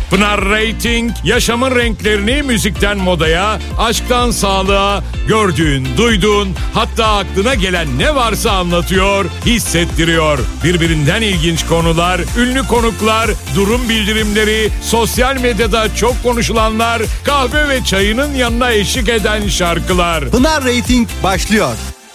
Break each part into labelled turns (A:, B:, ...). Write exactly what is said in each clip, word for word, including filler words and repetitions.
A: Pınar Rating, yaşamın renklerini müzikten modaya, aşktan sağlığa, gördüğün, duyduğun, hatta aklına gelen ne varsa anlatıyor, hissettiriyor. Birbirinden ilginç konular, ünlü konuklar, durum bildirimleri, sosyal medyada çok konuşulanlar, kahve ve çayının yanına eşlik eden şarkılar.
B: Pınar Rating başlıyor.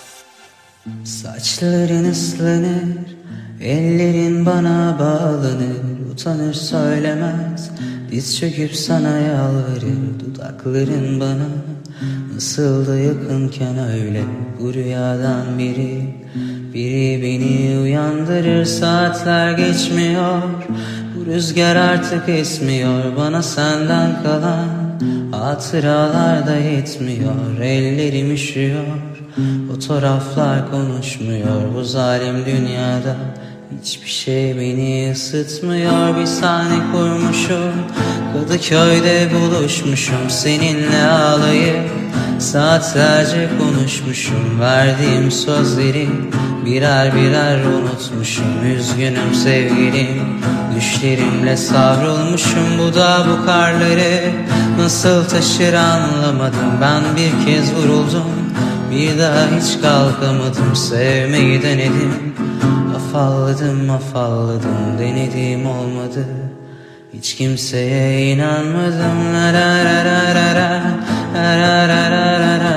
C: Saçların ıslanır, ellerin bana bağlanır, utanır söylemez, diz çöküp sana yalvarır. Dudakların bana nasıl da yakınken öyle, bu rüyadan biri, biri beni uyandırır. Saatler geçmiyor, bu rüzgar artık esmiyor, bana senden kalan hatıralar da yetmiyor. Ellerim üşüyor, fotoğraflar konuşmuyor, bu zalim dünyada hiçbir şey beni ısıtmıyor. Bir sahne kurmuşum, Kadıköy'de buluşmuşum, seninle ağlayıp saatlerce konuşmuşum. Verdiğim sözleri birer birer unutmuşum. Üzgünüm sevgilim, düşlerimle savrulmuşum. Bu da bu karları nasıl taşır anlamadım. Ben bir kez vuruldum, bir daha hiç kalkamadım. Sevmeyi denedim, afalladım afalladım, denedim olmadı. Hiç kimseye inanmadım. La la la la la la, la la la la la la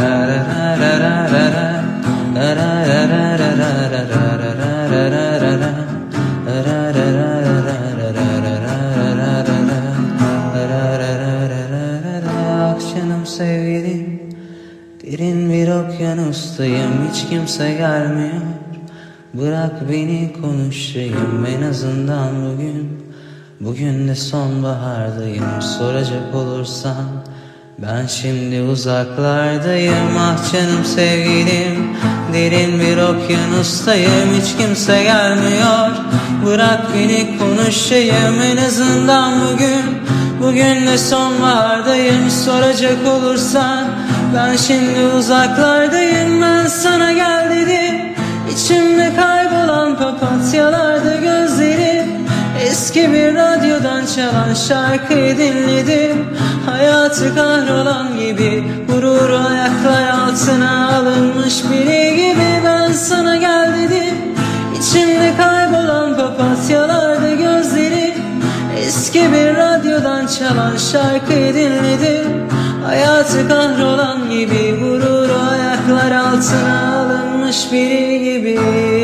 C: sevgilim, derin bir okyanustayım, hiç kimse gelmiyor. Bırak beni konuşayım en azından bugün. Bugün de sonbahardayım, soracak olursan ben şimdi uzaklardayım. Ah canım sevgilim, derin bir okyanustayım, hiç kimse gelmiyor. Bırak beni konuşayım en azından bugün. Bugün de sonbahardayım, soracak olursan ben şimdi uzaklardayım. Ben sana gel dedim, içimde kaybolan papatyalarda gözlerim. Eski bir radyodan çalan şarkıyı dinledim. Hayatı kahrolan gibi, gururu ayaklar altına alınmış biri gibi. Ben sana gel dedim, içimde kaybolan papatyalarda gözlerim. Eski bir radyodan çalan şarkıyı dinledim. Hayatı kahrolan gibi, gururu ayaklar altına alınmış biri gibi.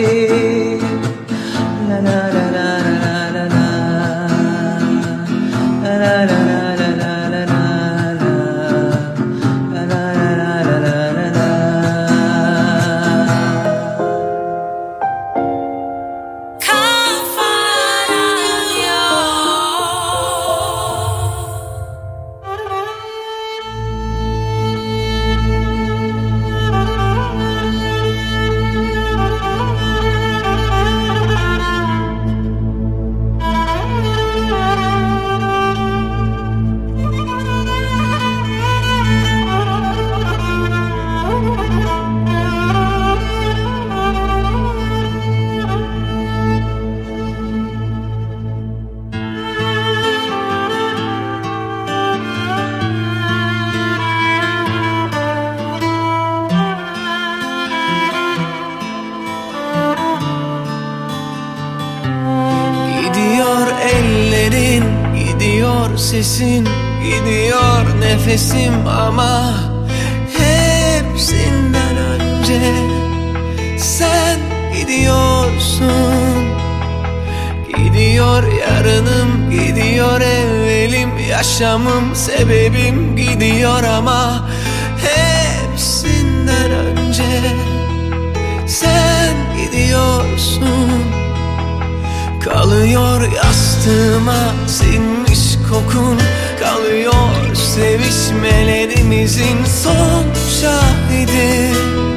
C: La la la la la la la, la la la la la la.
D: Sesin gidiyor, nefesim ama hepsinden önce sen gidiyorsun. Gidiyor yarınım, gidiyor evvelim, yaşamım, sebebim gidiyor ama hepsinden önce sen gidiyorsun. Kalıyor yastığıma sinmiş kokun, kalıyor sevişmelerimizin son şahidi.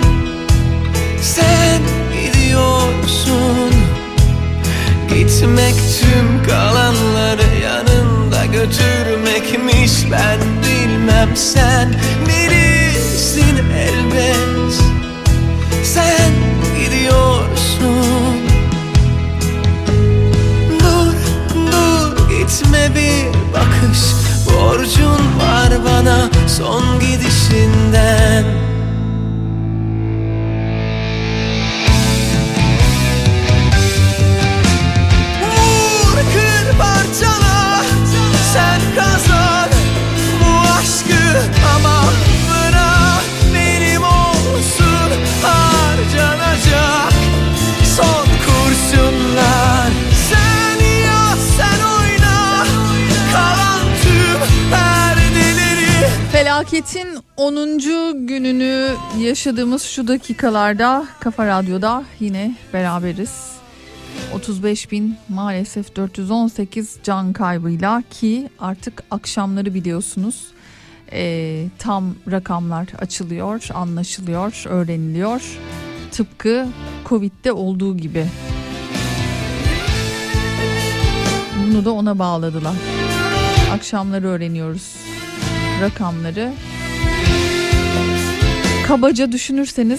D: Sen gidiyorsun, gitmek tüm kalanları yanında götürmekmiş. Ben bilmem, sen bilirsin elbet. Sen gidiyorsun. Dur, dur, gitme bir borcun var bana son gidişinden. Vur kır parçala sen kazan bu aşkı ama bırak benim olsun harcanacak son kurşunlar. Sen yaz sen oyna kalan tüm perdeleri.
E: Felaketin onuncu gününü yaşadığımız şu dakikalarda Kafa Radyo'da yine beraberiz. otuz beş bin maalesef dört yüz on sekiz can kaybıyla, ki artık akşamları biliyorsunuz e, tam rakamlar açılıyor, anlaşılıyor, öğreniliyor. Tıpkı Covid'de olduğu gibi. Bunu da ona bağladılar. Akşamları öğreniyoruz rakamları. Kabaca düşünürseniz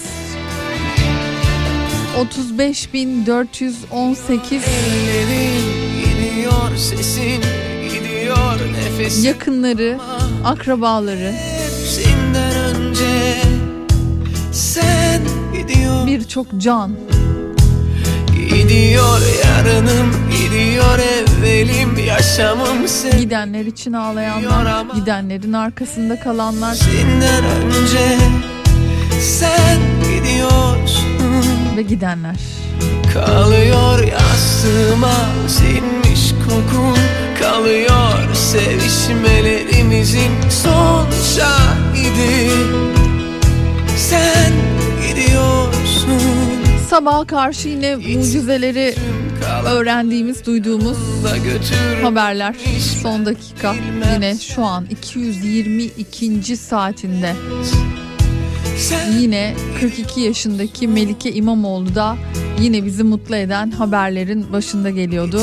E: otuz beş bin dört yüz on sekiz
D: gidiyor sesin, gidiyor nefesin,
E: yakınları, akrabaları,
D: hepsinden önce sen gidiyor.
E: birçok can.
D: Gidiyor yarınım, gidiyor evvelim, yaşamım sen.
E: Gidenler için ağlayanlar, gidenlerin arkasında kalanlar.
D: Senden önce sen gidiyorsun
E: ve gidenler.
D: Kalıyor yastığıma sinmiş kokun, kalıyor sevişmelerimizin son şahidi. Sen gidiyorsun.
E: Sabaha karşı yine mucizeleri öğrendiğimiz, duyduğumuz haberler. Son dakika yine şu an iki yüz yirmi ikinci saatinde yine kırk iki yaşındaki Melike İmamoğlu da yine bizi mutlu eden haberlerin başında geliyordu.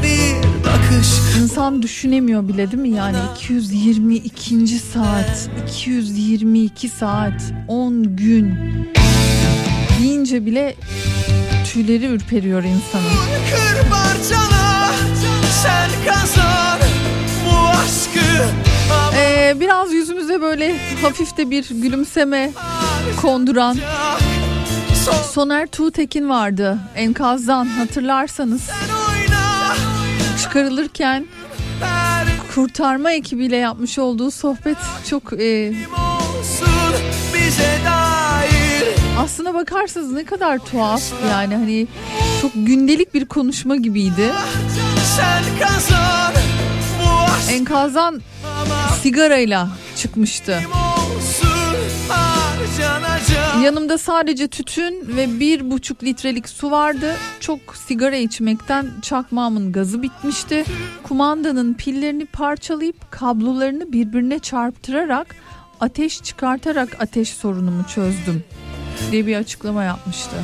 E: İnsan düşünemiyor bile, değil mi? Yani iki yüz yirmi ikinci saat, iki yüz yirmi iki saat, on gün deyince bile tüyleri ürperiyor insanın.
D: Kır parçala, sen kazan bu aşkı.
E: Ee, biraz yüzümüze böyle hafif de bir gülümseme konduran Soner Tuğtekin vardı enkazdan, hatırlarsanız. Çıkarılırken kurtarma ekibiyle yapmış olduğu sohbet çok e, aslına bakarsanız ne kadar tuhaf, yani hani çok gündelik bir konuşma gibiydi. Enkazdan sigarayla çıkmıştı. Yanımda sadece tütün ve bir buçuk litrelik su vardı. Çok sigara içmekten çakmağımın gazı bitmişti. Kumandanın pillerini parçalayıp kablolarını birbirine çarptırarak ateş çıkartarak ateş sorunumu çözdüm diye bir açıklama yapmıştı.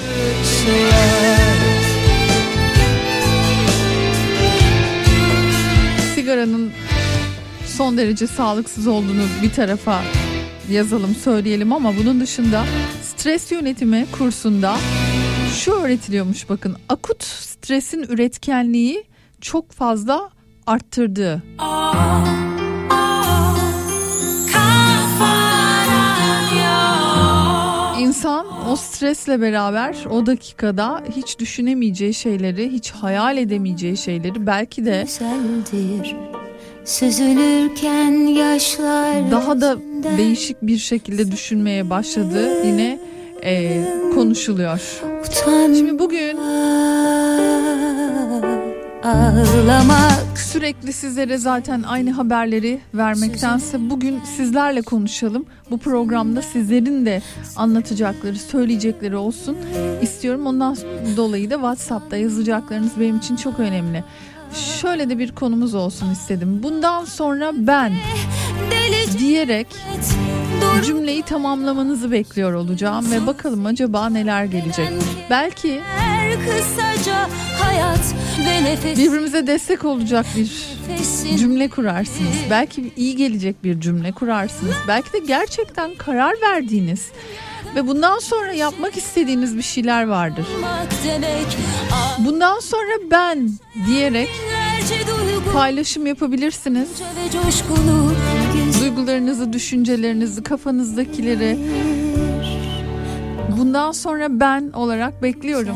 E: Sigaranın son derece sağlıksız olduğunu bir tarafa yazalım, söyleyelim, ama bunun dışında stres yönetimi kursunda şu öğretiliyormuş, bakın: akut stresin üretkenliği çok fazla arttırdığı. İnsan o stresle beraber o dakikada hiç düşünemeyeceği şeyleri, hiç hayal edemeyeceği şeyleri belki de
F: süzülürken yaşlar
E: daha da değişik bir şekilde düşünmeye başladığı yine e, konuşuluyor. Şimdi bugün ağlamak, sürekli sizlere zaten aynı haberleri vermektense bugün sizlerle konuşalım. Bu programda sizlerin de anlatacakları, söyleyecekleri olsun istiyorum. Ondan dolayı da WhatsApp'ta yazacaklarınız benim için çok önemli. Şöyle de bir konumuz olsun istedim. Bundan sonra ben diyerek cümleyi tamamlamanızı bekliyor olacağım ve bakalım acaba neler gelecek. Belki birbirimize destek olacak bir cümle kurarsınız. Belki iyi gelecek bir cümle kurarsınız. Belki de gerçekten karar verdiğiniz ve bundan sonra yapmak istediğiniz bir şeyler vardır. Bundan sonra ben diyerek Paylaşım yapabilirsiniz. Duygularınızı, düşüncelerinizi, kafanızdakileri. Bundan sonra ben olarak bekliyorum.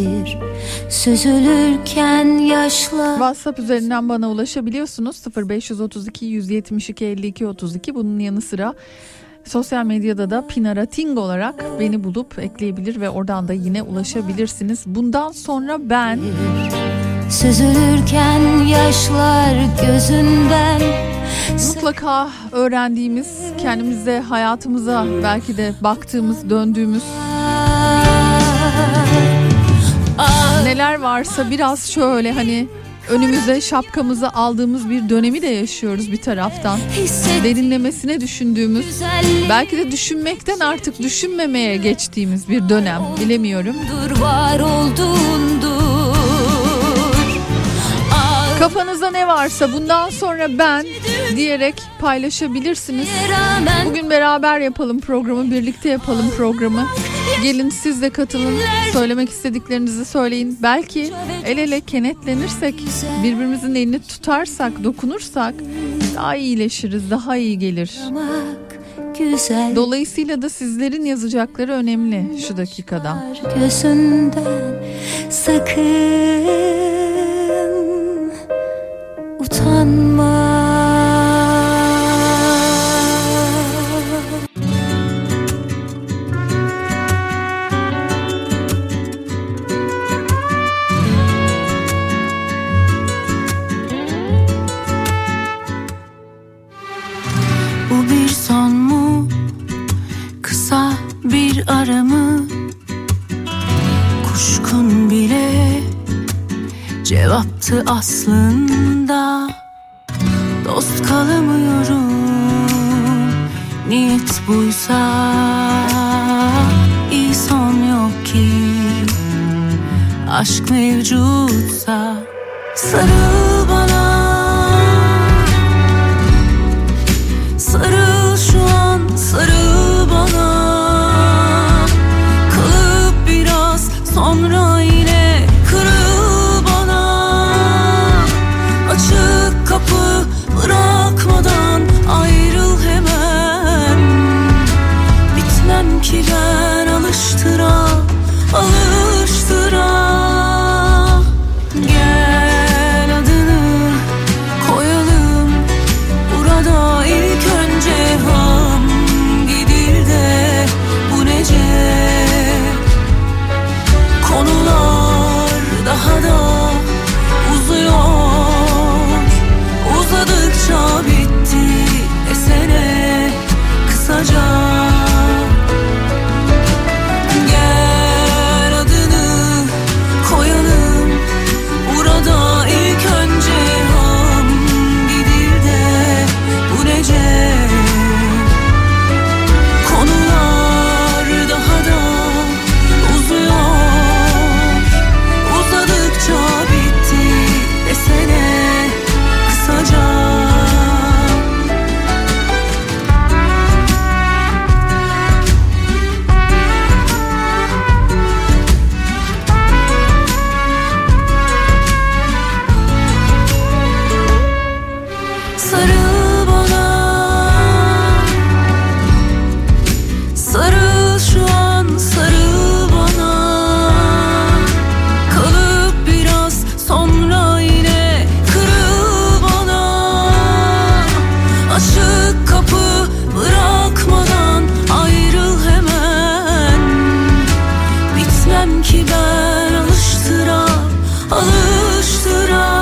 F: Süzülürken yaşlar.
E: WhatsApp üzerinden bana ulaşabiliyorsunuz. sıfır beş otuz iki yüz yetmiş iki elli iki otuz iki. Bunun yanı sıra sosyal medyada da Pinarating olarak beni bulup ekleyebilir ve oradan da yine ulaşabilirsiniz. Bundan sonra ben...
F: Süzülürken yaşlar gözünden.
E: Mutlaka öğrendiğimiz, kendimize, hayatımıza belki de baktığımız, döndüğümüz neler varsa biraz şöyle hani önümüze şapkamızı aldığımız bir dönemi de yaşıyoruz bir taraftan. Derinlemesine düşündüğümüz, belki de düşünmekten artık düşünmemeye geçtiğimiz bir dönem, bilemiyorum.
F: Var olduğundur.
E: Kafanızda ne varsa bundan sonra ben diyerek paylaşabilirsiniz. Bugün beraber yapalım programı, birlikte yapalım programı. Gelin siz de katılın, söylemek istediklerinizi söyleyin. Belki el ele kenetlenirsek, birbirimizin elini tutarsak, dokunursak daha iyileşiriz, daha iyi gelir. Dolayısıyla da sizlerin yazacakları önemli şu dakikada.
F: Gözünden sakın utanma.
G: Bu bir son mu? Kısa bir ara mı? Kuşkun bile cevaptı aslında. Dost kalamıyorum, niyet buysa. İyi son yok ki, aşk mevcutsa. Sarıl bana, sarıl şu an, sarıl bana. Kalıp biraz sonra yine kırıl bana. Açık kapı bırakmadan ayrıl hemen. Bitmem ki ben alıştıra, alıştıra. Gel adını koyalım burada ilk önce. Hangi dilde bu nece? Konular daha da uzuyor. Uzadıkça bitti desene kısaca. Gel adını koyalım burada ilk önce. Hangi dilde bu nece? Konular daha da uzuyor. Uzadıkça bitti desene kısaca. Sarıl bana, sarıl şu an, sarıl bana. Kalıp biraz sonra yine kırıl bana. Açık kapı bırakmadan ayrıl hemen. Bitmem ki ben alıştıra, alıştıra.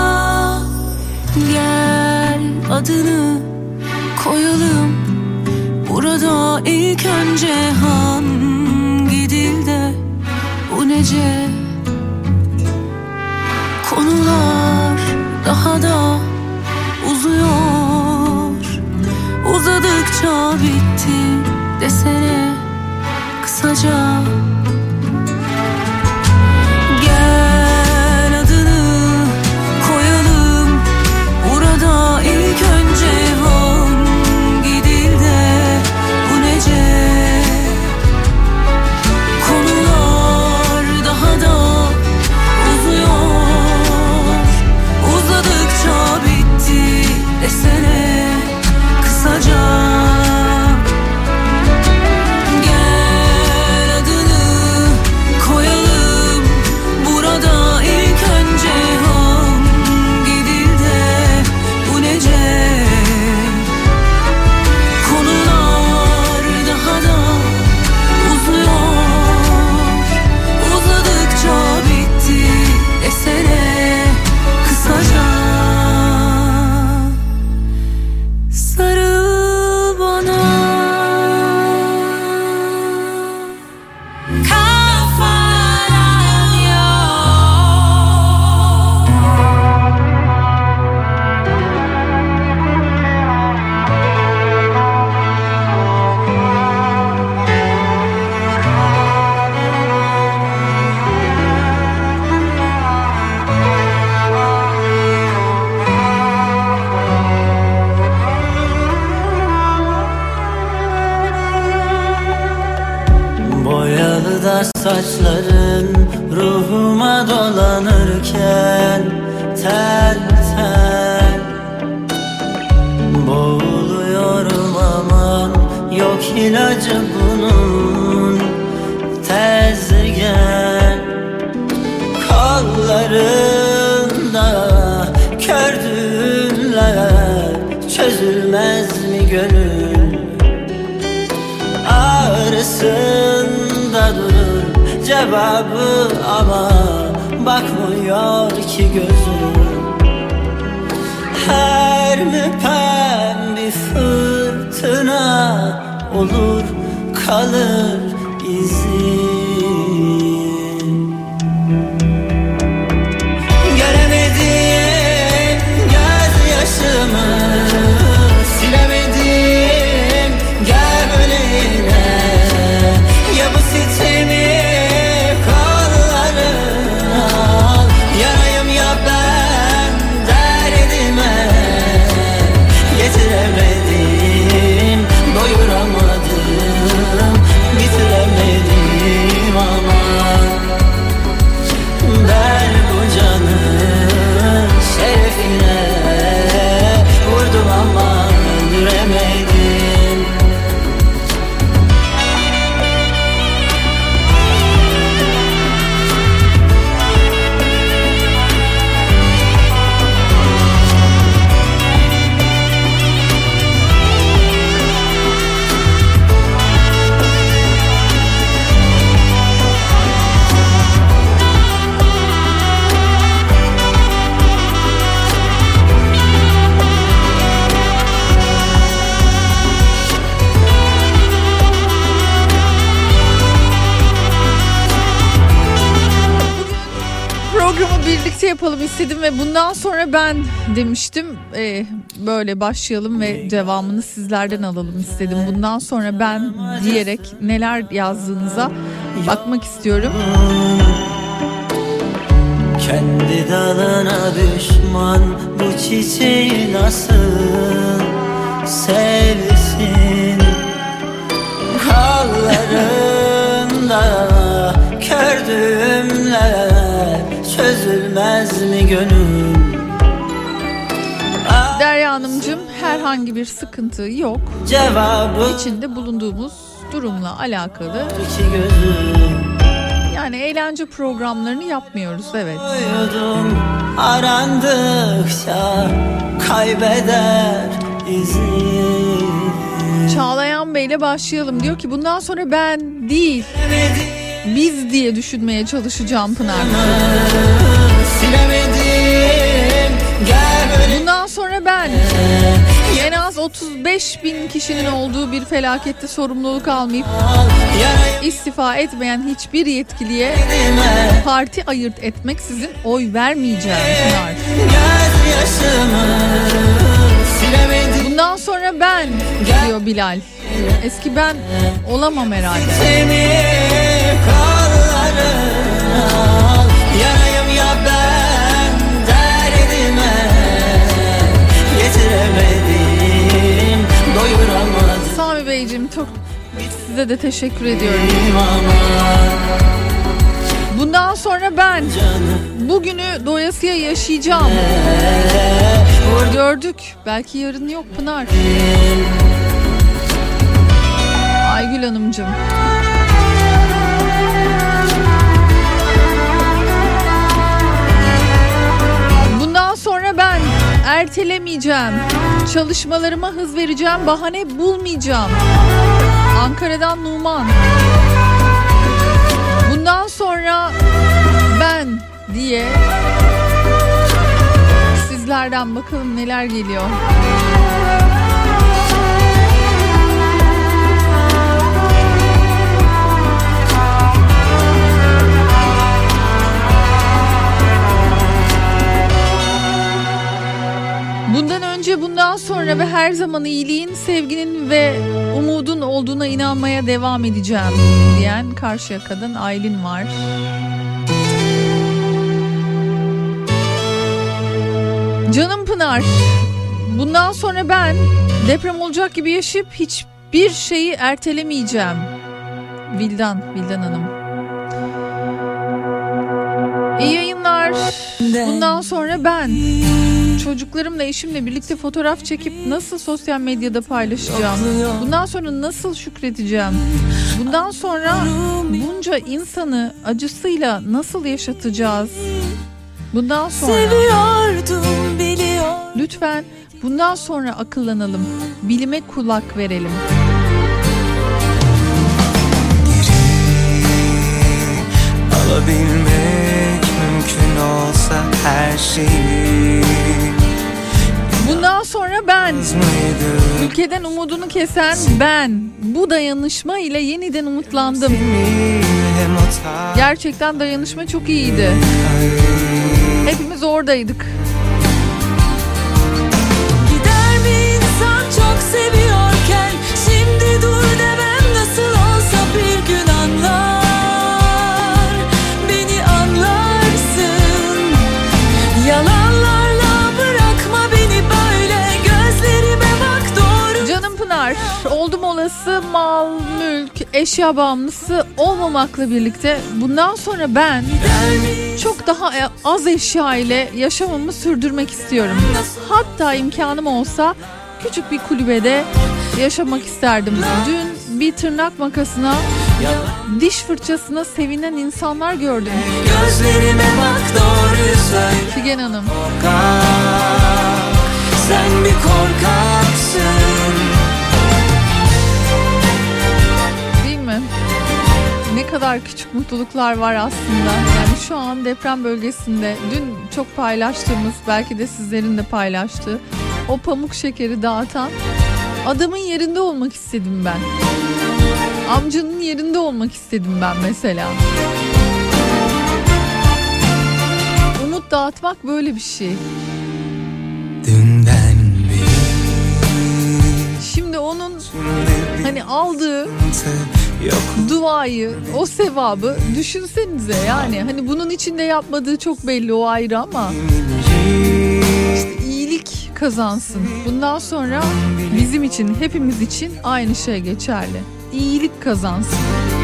G: Gel adını koyalım burada ilk önce. Hangi dilde bu nece? Konular daha da uzuyor. Uzadıkça bitti desene kısaca. Gel adını koyalım burada ilk önce. Hangi dilde bu nece? Konular daha da uzuyor.
C: saçların ruhuma dolanırken tel tel boğuluyorum aman yok ilacı bunun tez gel kollarında kördüğümler çözülmez mi gönül ağrısında durur cevabı ama bakmıyor ki gözüm her müpem bir fırtına olur kalır izin göremedim gözyaşımı silemedim gömleğine ya bu sitemi kollarına al yarayım ya ben derdime yetiremedim doyuramadım bitiremedim ama ben bu canı şerefine vurdum ama öldüremedim.
E: Programı birlikte yapalım istedim ve bundan sonra ben demiştim. Ee, böyle başlayalım ve devamını sizlerden alalım istedim. Bundan sonra ben diyerek neler yazdığınıza bakmak istiyorum.
C: Kendi dalına düşman bu çiçeği nasıl sevsin kollarında kördüğümler çözülmez mi gönül
E: Derya Hanımcığım herhangi bir sıkıntı yok.
C: cevabı
E: İçinde bulunduğumuz durumla alakalı.
C: iki gözüm
E: Yani eğlence programlarını yapmıyoruz, evet.
C: koydum arandıkça kaybeder izin
E: Çağlayan Bey'le başlayalım. Diyor ki bundan sonra ben değil biz diye düşünmeye çalışacağım Pınar.
C: silemedim gel
E: Bundan sonra ben en az otuz beş bin kişinin olduğu bir felakette sorumluluk almayıp istifa etmeyen hiçbir yetkiliye parti ayırt etmeksizin oy vermeyeceğim Pınar. Bundan sonra ben diyor Bilal. Eski ben olamam herhalde.
C: Yarayım ya ben derdime yetiremedim doyuramadım
E: Sami Beyciğim çok size de teşekkür ediyorum. Bundan sonra ben bugünü doyasıya yaşayacağım. Gördük. Belki yarın yok Pınar. Aygül Hanımcığım. Bundan sonra ben ertelemeyeceğim. Çalışmalarıma hız vereceğim. Bahane bulmayacağım. Ankara'dan Numan. Bundan sonra ben diye sizlerden bakalım neler geliyor. Bundan önce, bundan sonra ve her zaman iyiliğin, sevginin ve umudun olduğuna inanmaya devam edeceğim diyen Karşıyaka'dan Aylin var. Canım Pınar, bundan sonra ben deprem olacak gibi yaşayıp hiçbir şeyi ertelemeyeceğim. Vildan, Vildan Hanım. İyi yayınlar. Bundan sonra ben çocuklarımla, eşimle birlikte fotoğraf çekip nasıl sosyal medyada paylaşacağım? Bundan sonra nasıl şükredeceğim? Bundan sonra bunca insanı acısıyla nasıl yaşatacağız? Bundan sonra
G: Seviyordum, biliyor.
E: lütfen bundan sonra akıllanalım. Bilime kulak verelim.
D: Alabilmek mümkün olsa her şeyi.
E: Bundan sonra ben, ülkeden umudunu kesen ben, bu dayanışma ile yeniden umutlandım. Gerçekten dayanışma çok iyiydi. Hepimiz oradaydık.
G: Gider mi insan çok seviyorken, şimdi dur demem nasıl olsa bir gün anlar, beni anlarsın. Yalanlarla bırakma beni böyle, gözlerime bak doğru.
E: Canım Pınar, oldum olası mal, mülk, eşya bağımlısı olmamakla birlikte bundan sonra ben çok daha az eşya ile yaşamımı sürdürmek istiyorum. Hatta imkanım olsa küçük bir kulübede yaşamak isterdim. Dün bir tırnak makasına, diş fırçasına sevinen insanlar gördüm.
D: Gözlerime bak doğruyu söyle.
E: Figen Hanım.
D: Korkak, sen bir korkaksın.
E: Değil mi? Ne kadar küçük mutluluklar var aslında. Yani şu an deprem bölgesinde dün çok paylaştığımız, belki de sizlerin de paylaştığı o pamuk şekeri dağıtan adamın yerinde olmak istedim ben. Amcanın yerinde olmak istedim ben mesela. Umut dağıtmak böyle bir şey.
D: Dünden beri
E: Şimdi onun hani aldığı
D: yok.
E: duayı, o sevabı düşünsenize yani. Hani bunun içinde yapmadığı çok belli, o ayrı, ama işte iyilik kazansın. Bundan sonra bizim için, hepimiz için aynı şey geçerli. İyilik kazansın.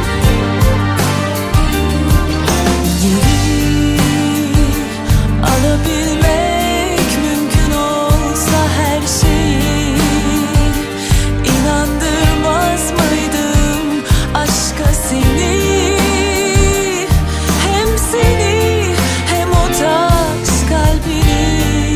G: Alabilmek mümkün olsa her şeyi, İnandırmaz mıydım aşka seni? Hem seni hem o taş kalbini.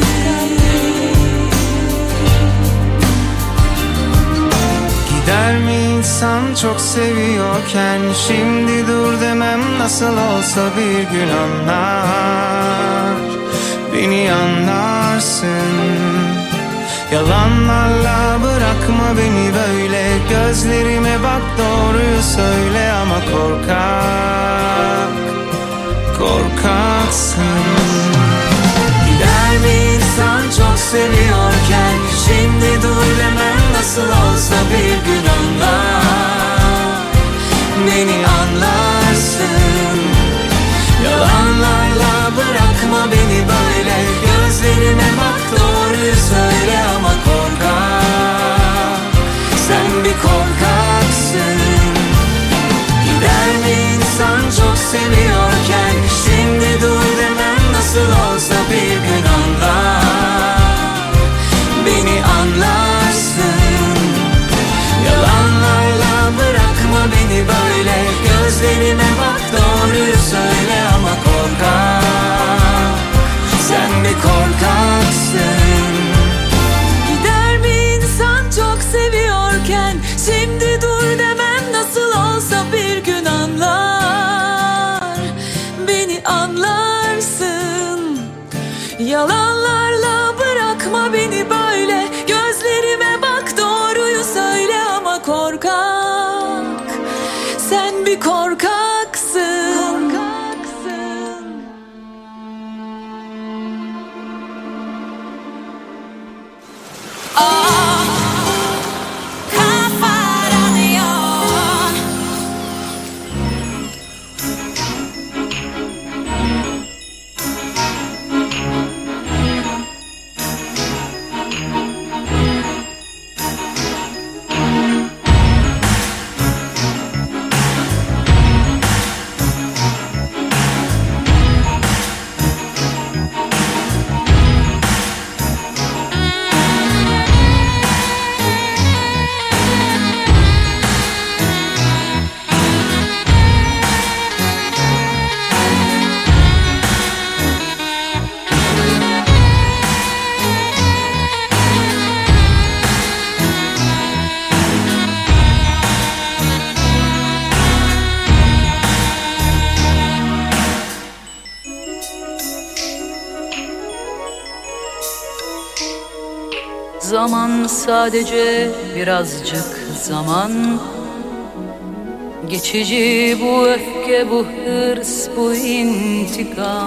D: Gider mi insan çok seviyorken, şimdi dur demem nasıl olsa bir gün anlar, beni anlarsın. Yalanlarla bırakma beni böyle, gözlerime bak doğruyu söyle. Ama korkak, korkaksın. Gider mi insan çok seviyorken, şimdi dur demem nasıl olsa bir gün anlar, beni anlarsın. Yalanlarla bırakma beni böyle, gözlerime bak doğruyu söyle. Ama korkak, sen bir korkaksın. Gider mi insan çok seviyorken, şimdi dur demem nasıl olsa bir gün anlar, beni anlarsın. Yalanlarla bırakma beni böyle, gözlerime bak doğruyu söyle. Ama korkak, sen bir korkaksın.
G: Gider mi insan çok seviyorken, şimdi dur demem nasıl olsa bir gün anlar, beni anlarsın. Yalanlarla bırakma beni böyle, gözlerime bak doğruyu söyle. Ama korkak, sen bir korkaksın. Ah, kafaranıyor.
H: Zaman sadece birazcık zaman. Geçici bu öfke, bu hırs, bu intikam.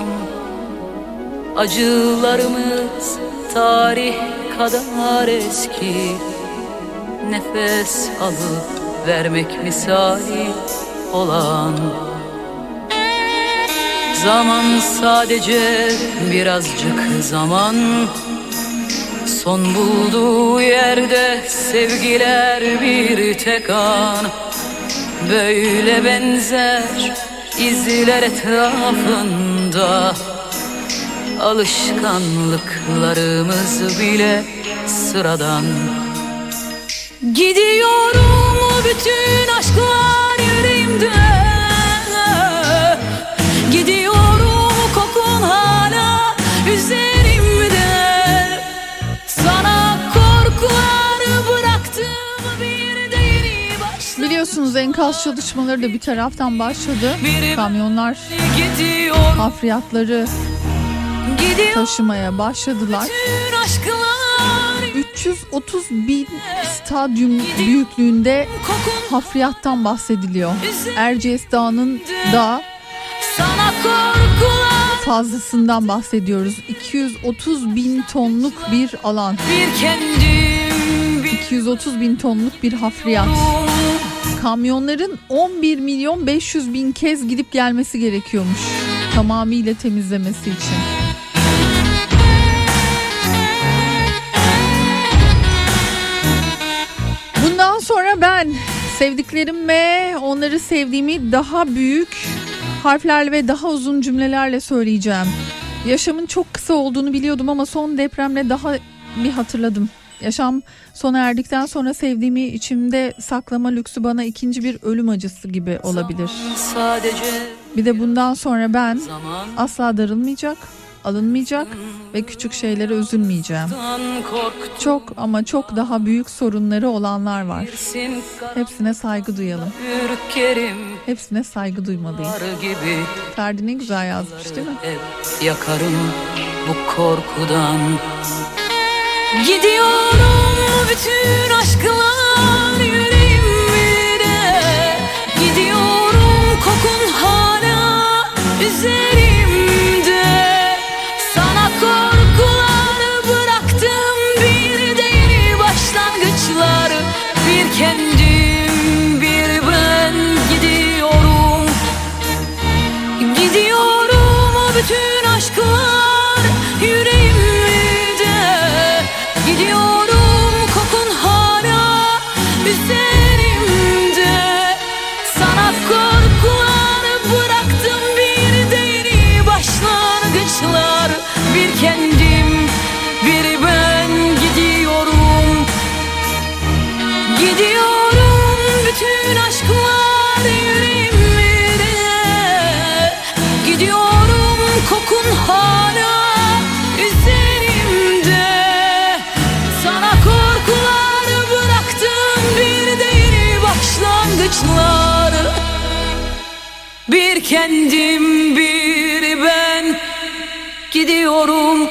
H: Acılarımız tarih kadar eski. Nefes alıp vermek misali olan. Zaman sadece birazcık zaman. Son bulduğu yerde sevgiler bir tek an. Böyle benzer izler etrafında. Alışkanlıklarımız bile sıradan. Gidiyorum bütün aşklar yüreğimde. Gidiyorum kokun hala üzerimde. Sana korkular bıraktım bir değil başladım.
E: Biliyorsunuz enkaz çalışmaları da bir taraftan başladı. Kamyonlar hafriyatları taşımaya başladılar. üç yüz otuz bin stadyum büyüklüğünde hafriyattan bahsediliyor. Erciyes Dağı'nın da fazlasından bahsediyoruz. iki yüz otuz bin tonluk bir alan. iki yüz otuz bin tonluk bir hafriyat. Kamyonların on bir milyon beş yüz bin kez gidip gelmesi gerekiyormuş tamamıyla temizlemesi için. Bundan sonra ben sevdiklerime onları sevdiğimi daha büyük harflerle ve daha uzun cümlelerle söyleyeceğim. Yaşamın çok kısa olduğunu biliyordum ama son depremle daha bir hatırladım. Yaşam sona erdikten sonra sevdiğimi içimde saklama lüksü bana ikinci bir ölüm acısı gibi olabilir. Bir de bundan sonra ben asla darılmayacak, alınmayacak ve küçük şeylere üzülmeyeceğim. Çok ama çok daha büyük sorunları olanlar var. Hepsine saygı duyalım. Hepsine saygı duymalıyız. Ferdi ne güzel yazmış değil mi?
H: Yakarım bu korkudan. Gidiyorum bütün aşklar yüreğimde. Gidiyorum kokun hala üzerimde. Sana korkular bıraktım bir değil başlangıçlar. Bir kendim bir ben gidiyorum. Gidiyorum bütün aşklar yüreğimde. Gidiyorum kokun hala üzerimde. Sana korkular bıraktım bir değil başlangıçlar. Bir kendim bir ben gidiyorum. Gidiyorum bütün aşklar yüreğimde. Gidiyorum kokun hala üzerimde. Sana korkular bıraktım bir değil başlangıçlar. Bir kendim bir ben gidiyorum.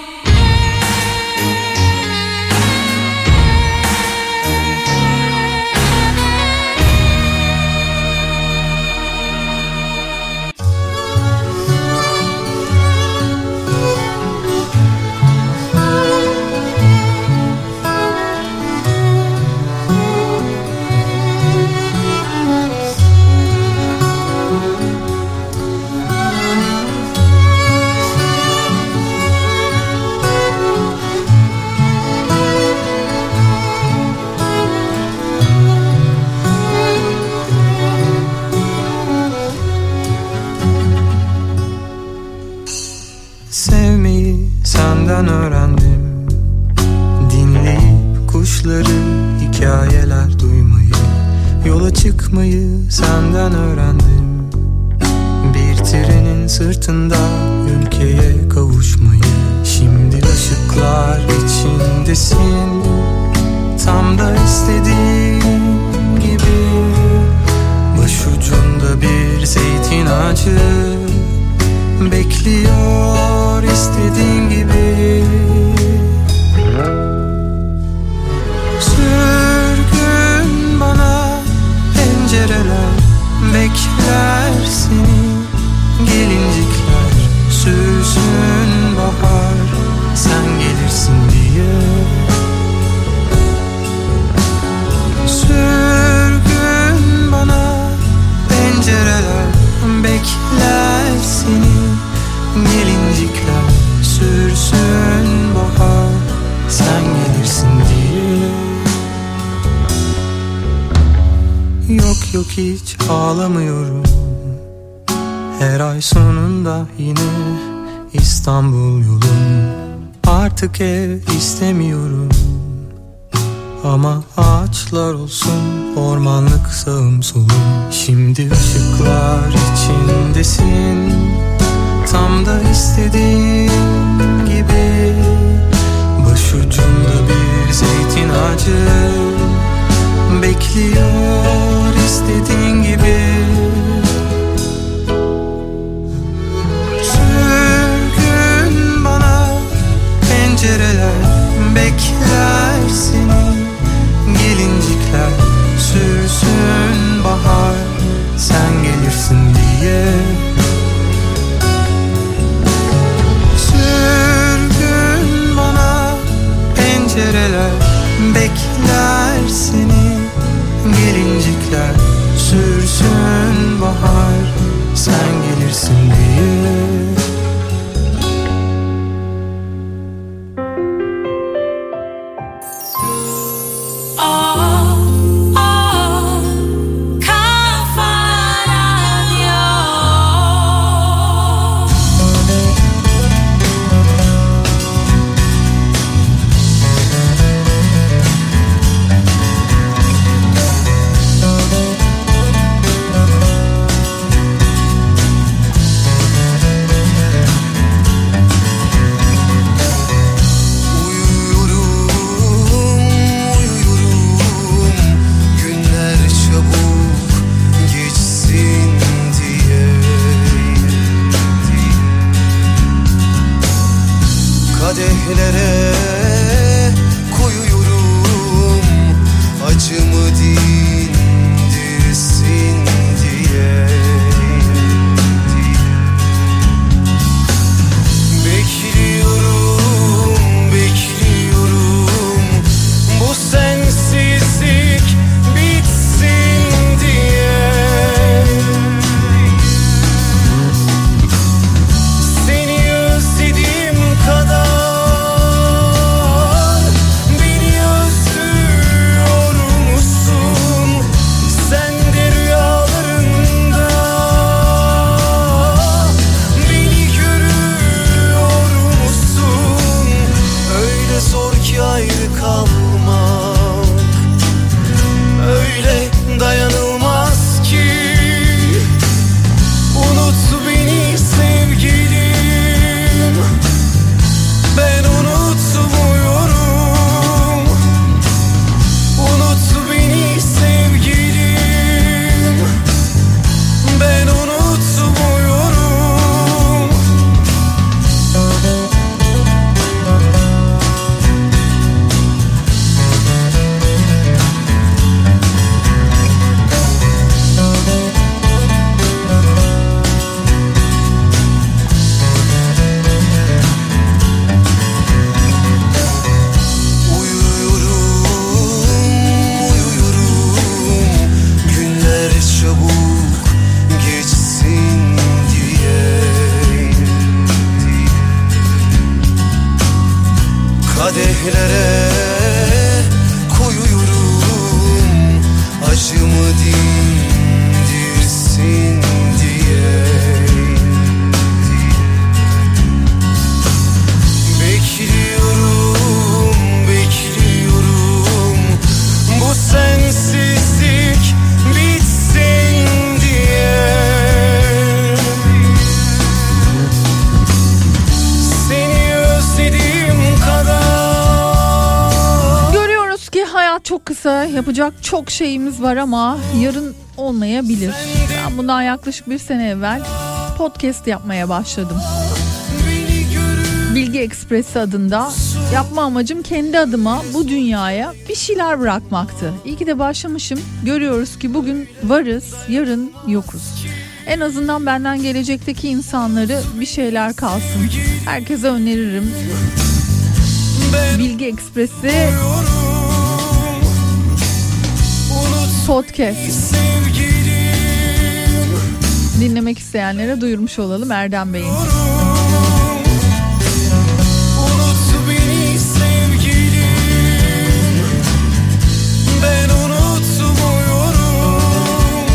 I: Sevmeyi senden öğrendim. Dinleyip kuşları, hikayeler duymayı, yola çıkmayı senden öğrendim. Bir trenin sırtında ülkeye kavuşmayı. Şimdi ışıklar içindesin, tam da istediğim gibi. Başucunda bir zeytin ağacı bekliyor istediğin gibi. yok hiç ağlamıyorum. Her ay sonunda yine İstanbul yolum. Artık ev istemiyorum. Ama ağaçlar olsun, ormanlık sağım solum. Şimdi ışıklar içindesin, tam da istediğim gibi. Başucumda bir zeytin ağacı bekliyor istediğin gibi. Sürgün bana pencereler bekler seni. Gelincikler sürsün bahar, sen gelirsin diye. Sürgün bana pencereler bekler seni. Gelincikler sürsün bahar, sen gelirsin diye.
J: Kadehlere koyuyorum, acımı dindirsin diye. Bekliyorum, bekliyorum, bu sensizlik bitsin diye. Seni özlediğim kadar dayanılmaz ki. Unut beni sevgilim, ben unutmuyorum. Unut beni sevgilim, ben unutmuyorum. Kadehlere koyuyorum, acımı dindirsin diye. Bekliyorum, bekliyorum, bu sensizlik bitsin diye. Seni özlediğim kadar.
E: Hayat çok kısa, yapacak çok şeyimiz var ama yarın olmayabilir. Ben bundan yaklaşık bir sene evvel podcast yapmaya başladım. Bilgi Ekspresi adında. Yapma amacım kendi adıma bu dünyaya bir şeyler bırakmaktı. İyi ki de başlamışım. Görüyoruz ki bugün varız, yarın yokuz. En azından benden gelecekteki insanları bir şeyler kalsın. Herkese öneririm. Bilgi Ekspresi podcast. Dinlemek isteyenlere duyurmuş olalım Erdem Bey'in.
J: Ben unutmuyorum.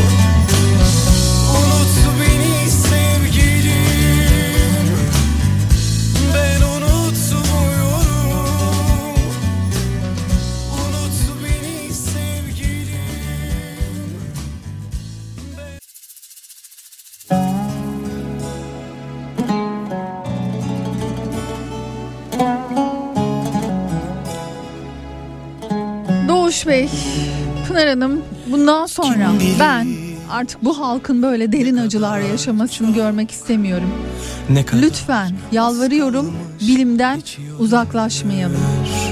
E: Doğuş Bey, Pınar Hanım, bundan sonra ben artık bu halkın böyle derin acılar yaşamasını görmek istemiyorum. Lütfen yalvarıyorum, bilimden uzaklaşmayalım.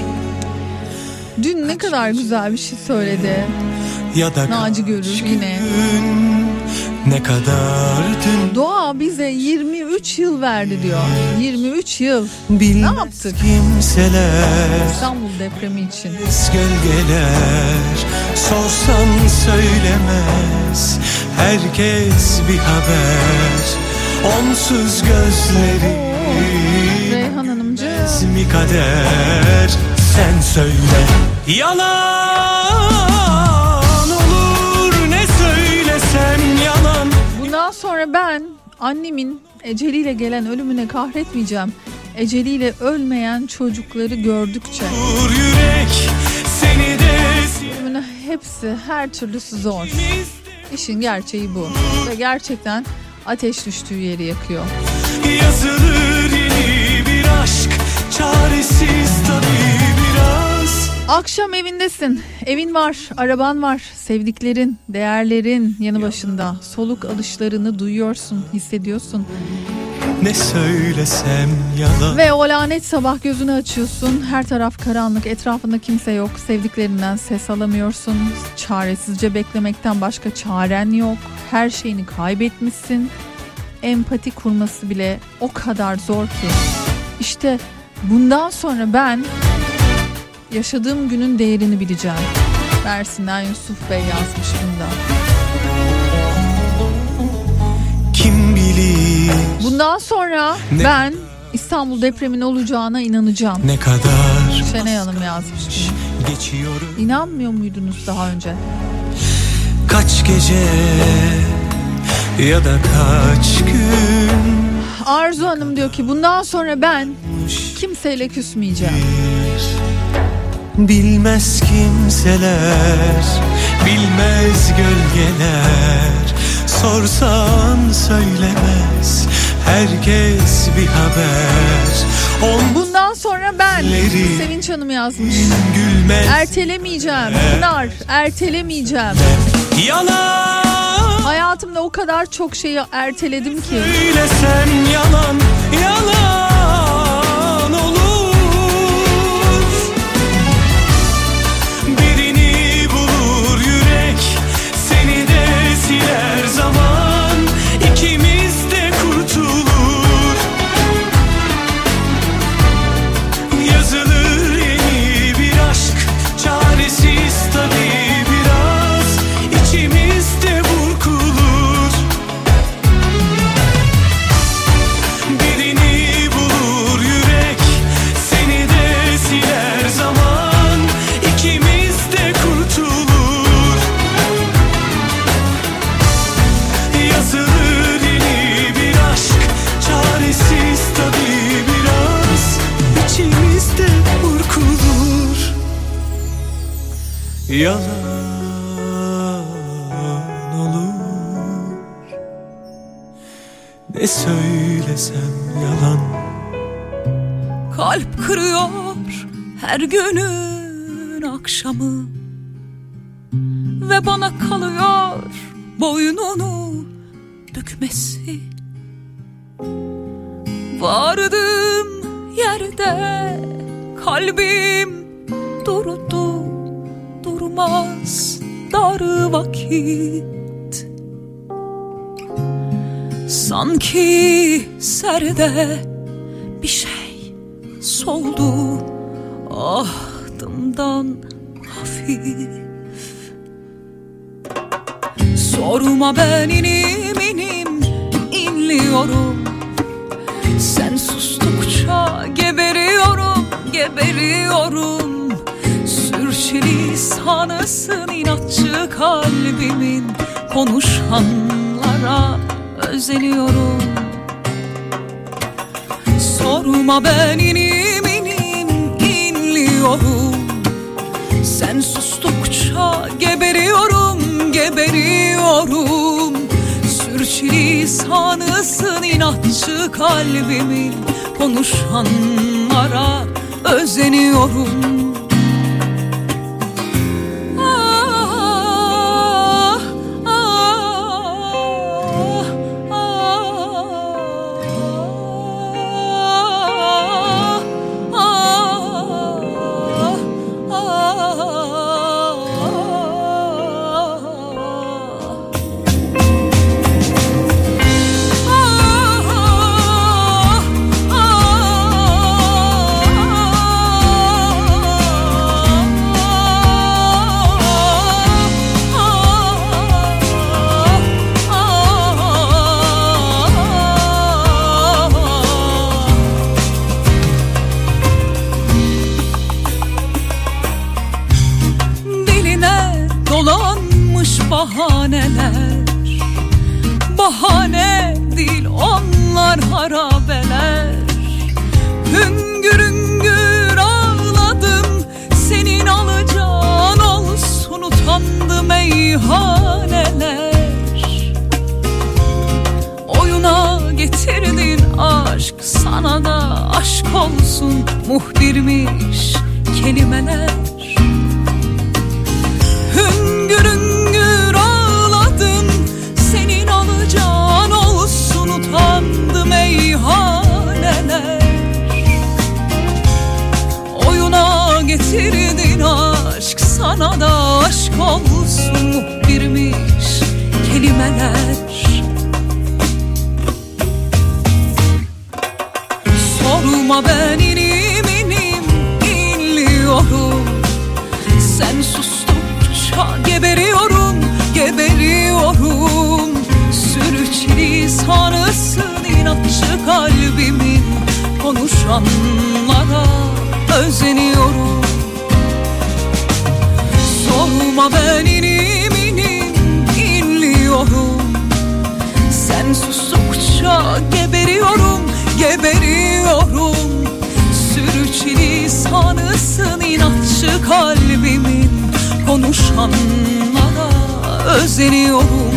E: Dün ne kadar güzel bir şey söyledi
J: ya da
E: Naci Görür yine.
J: Ne kadar dün
E: Doğa bize yirmi üç yıl verdi diyor. yirmi üç yıl. Ne yaptık?
J: Kimseler
E: İstanbul depremi için.
J: Gölgeler sorsan söylemez. Herkes bir haber. Onsuz gözleri
E: Reyhan Hanımcı.
J: mi kader? Sen söyle. Yalan olur ne söylesem yalan.
E: Bundan sonra ben annemin eceliyle gelen ölümüne kahretmeyeceğim. Eceliyle ölmeyen çocukları gördükçe.
J: Yürek seni de
E: ölümüne hepsi her türlüsü zor. İşin gerçeği bu. Ve gerçekten ateş düştüğü yeri yakıyor.
J: Yazılır yeni bir aşk, çaresiz tabii biraz.
E: Akşam evindesin. Evin var, araban var, sevdiklerin, değerlerin yanı başında. Soluk alışlarını duyuyorsun, hissediyorsun.
J: Ne söylesem yalan.
E: Ve o lanet sabah gözünü açıyorsun. Her taraf karanlık, etrafında kimse yok. Sevdiklerinden ses alamıyorsun. Çaresizce beklemekten başka çaren yok. Her şeyini kaybetmişsin. Empati kurması bile o kadar zor ki. İşte bundan sonra ben yaşadığım günün değerini bileceğim. Mersin'den Yusuf Bey yazmış bunda.
J: Kim bilir.
E: Bundan sonra ne? Ben İstanbul depreminin olacağına inanacağım.
J: Ne kadar
E: Şenay Hanım yazmış bunu.
J: Geçiyorum.
E: İnanmıyor muydunuz daha önce?
J: Kaç gece ya da kaç gün.
E: Arzu Hanım diyor ki bundan sonra ben kimseyle küsmeyeceğim.
J: Bilmez kimseler, bilmez gölgeler. Sorsan söylemez, herkes bir haber. On
E: bundan sonra ben Sevinç Hanım yazmış.
J: Gülmez.
E: Ertelemeyeceğim. Pınar, ertelemeyeceğim.
J: Yalan.
E: Hayatımda o kadar çok şeyi erteledim ki.
J: Söylesem yalan, yalan olur. Birini bulur yürek, seni de siler zaman. İkimiz de kurtulur. Yazılır yeni bir aşk, çaresiz tabii biraz. İçimizde burkulur. Birini bulur yürek, seni de siler zaman. İkimiz de kurtulur. Yazılır yeni bir aşk, çaresiz tabii biraz. İçimizde burkulur. Yalan olur. Ne söylesem yalan.
G: Kalp kırıyor her günün akşamı ve bana kalıyor boynunu bükmesi. Vardığım yerde kalbim durdu, durmaz dar vakit. Sanki serde bir şey soldu ahdımdan hafif. Sorma ben inim inim inliyorum. Sen sustukça geberiyorum, geberiyorum. Sürçülisanısın inatçı kalbimin. Konuşanlara özeniyorum. Sorma ben inim inim inliyorum. Sen sustukça geberiyorum, geberiyorum. Sürçülisanısın inatçı kalbimin. Konuşanlara özeniyorum. boş bahaneler. Bahane değil onlar harabeler. Hüngür hüngür ağladım, senin alacağın olsun utandı meyhaneler. Oyuna getirdin aşk, sana da aşk olsun muhbirmiş kelimeler. Hüngür hüngür ağladım, senin alacağın olsun utandı meyhaneler. Oyuna getirdin aşk, sana da aşk olsun muhbirmiş kelimeler. Sorma ben inim inim inliyorum, sen sustukça geberiyorum, geberiyorum. Sürçülü sanırsın inatçı kalbimin, konuşanlara özeniyorum. Sorma ben inim inim inliyorum, sen sustukça geberiyorum, geberiyorum. Sürçülü sanırsın inatçı kalbimin, konuşanlara özeniyorum.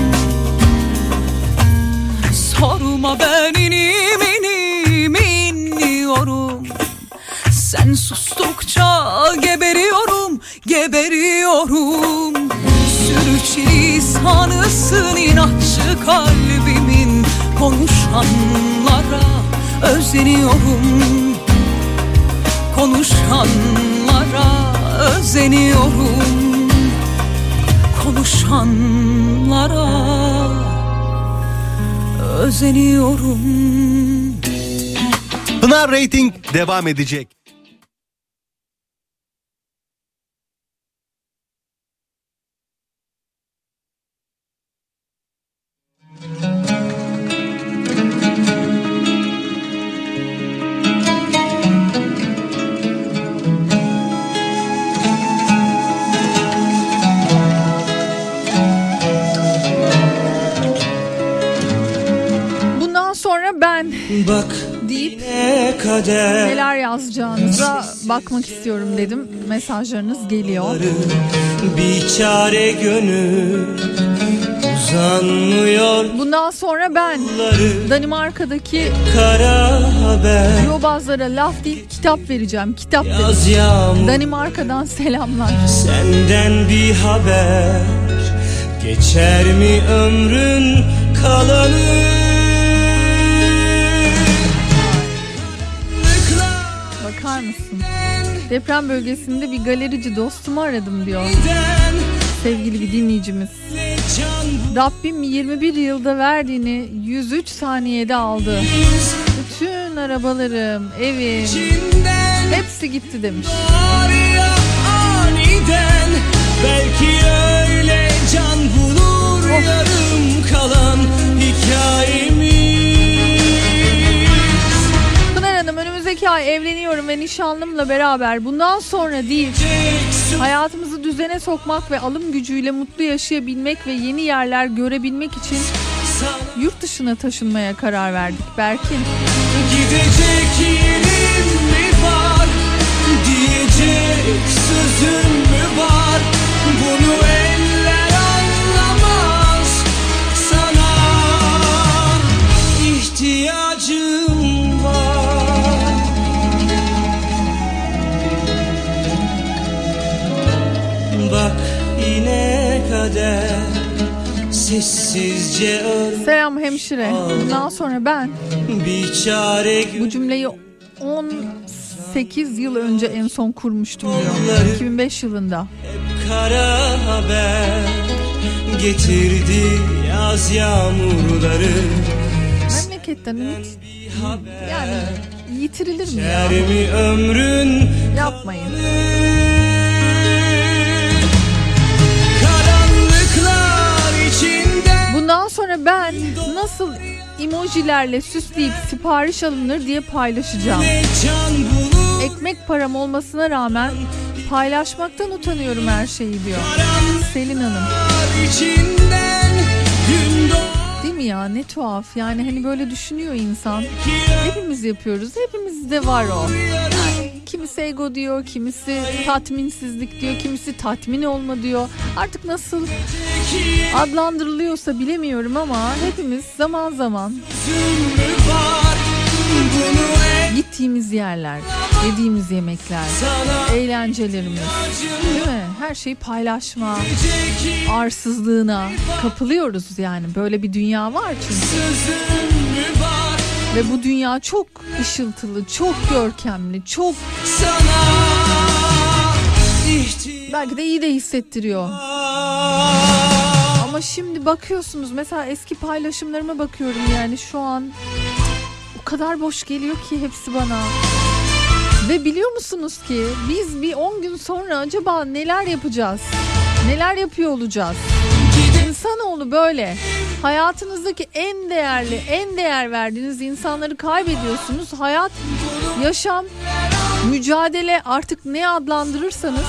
G: Sorma ben inim inim inliyorum, sen sustukça geberiyorum, geberiyorum. Sürçülü sanırsın inatçı kalbimin, konuşanlara özeniyorum. Konuşanlara özeniyorum. Konuşanlara özeniyorum.
B: Pınar Rating devam edecek.
E: Sonra ben
J: Bak
E: deyip
J: kader,
E: neler yazacağınıza bakmak istiyorum dedim. Mesajlarınız geliyor.
J: Bir çare gönül uzanmıyor.
E: Bundan sonra ben Danimarka'daki
J: kara haber,
E: yobazlara laf değil kitap vereceğim. Kitap
J: yaz
E: dedim.
J: yağmur,
E: Danimarka'dan selamlar.
J: senden bir haber, geçer mi ömrün kalanı?
E: Bakar mısın? Deprem bölgesinde bir galerici dostumu aradım diyor. Sevgili bir dinleyicimiz. Rabbim yirmi bir yılda verdiğini yüz üç saniyede aldı. Bütün arabalarım, evim hepsi gitti demiş.
J: Aniden, belki öyle can bulur oh. yarım kalan hikayemiz.
E: Önümüzdeki ay evleniyorum ve nişanlımla beraber bundan sonra değil, hayatımızı düzene sokmak ve alım gücüyle mutlu yaşayabilmek ve yeni yerler görebilmek için yurt dışına taşınmaya karar verdik Berkin.
J: Gidecek yerim mi var, diyecek sözüm mü var, bunu eller anlamaz, sana ihtiyacım var. Bak yine kader sessizce öl.
E: Selam hemşire. Bundan sonra ben
J: bir çare
E: bu cümleyi on sekiz yıl önce en son kurmuştum diyor. iki bin beş yılında.
J: Hep kara haber getirdi yaz yağmurları.
E: Memleketten ümit yani yitirilir mi ya?
J: Mi ömrün
E: yapmayın. Bundan sonra ben nasıl emojilerle süsleyip sipariş alınır diye paylaşacağım. Ekmek param olmasına rağmen Paylaşmaktan utanıyorum her şeyi diyor Selin Hanım. Değil mi ya, ne tuhaf yani, hani böyle düşünüyor insan. Hepimiz yapıyoruz, hepimizde var o. Yani kimisi ego diyor, kimisi tatminsizlik diyor, kimisi tatmin olma diyor. Artık nasıl adlandırılıyorsa bilemiyorum ama hepimiz zaman zaman gittiğimiz yerler, yediğimiz yemekler, eğlencelerimiz, değil mi? Her şeyi paylaşma arsızlığına kapılıyoruz yani. Böyle bir dünya var çünkü. Ve bu dünya çok ışıltılı, çok görkemli, çok belki de iyi de hissettiriyor. Ama şimdi bakıyorsunuz mesela eski paylaşımlarıma bakıyorum yani şu an o kadar boş geliyor ki hepsi bana. Ve biliyor musunuz ki biz bir on gün sonra acaba neler yapacağız? Neler yapıyor olacağız? İnsanoğlu böyle. Hayatınızdaki en değerli, en değer verdiğiniz insanları kaybediyorsunuz. Hayat, yaşam, mücadele, artık ne adlandırırsanız.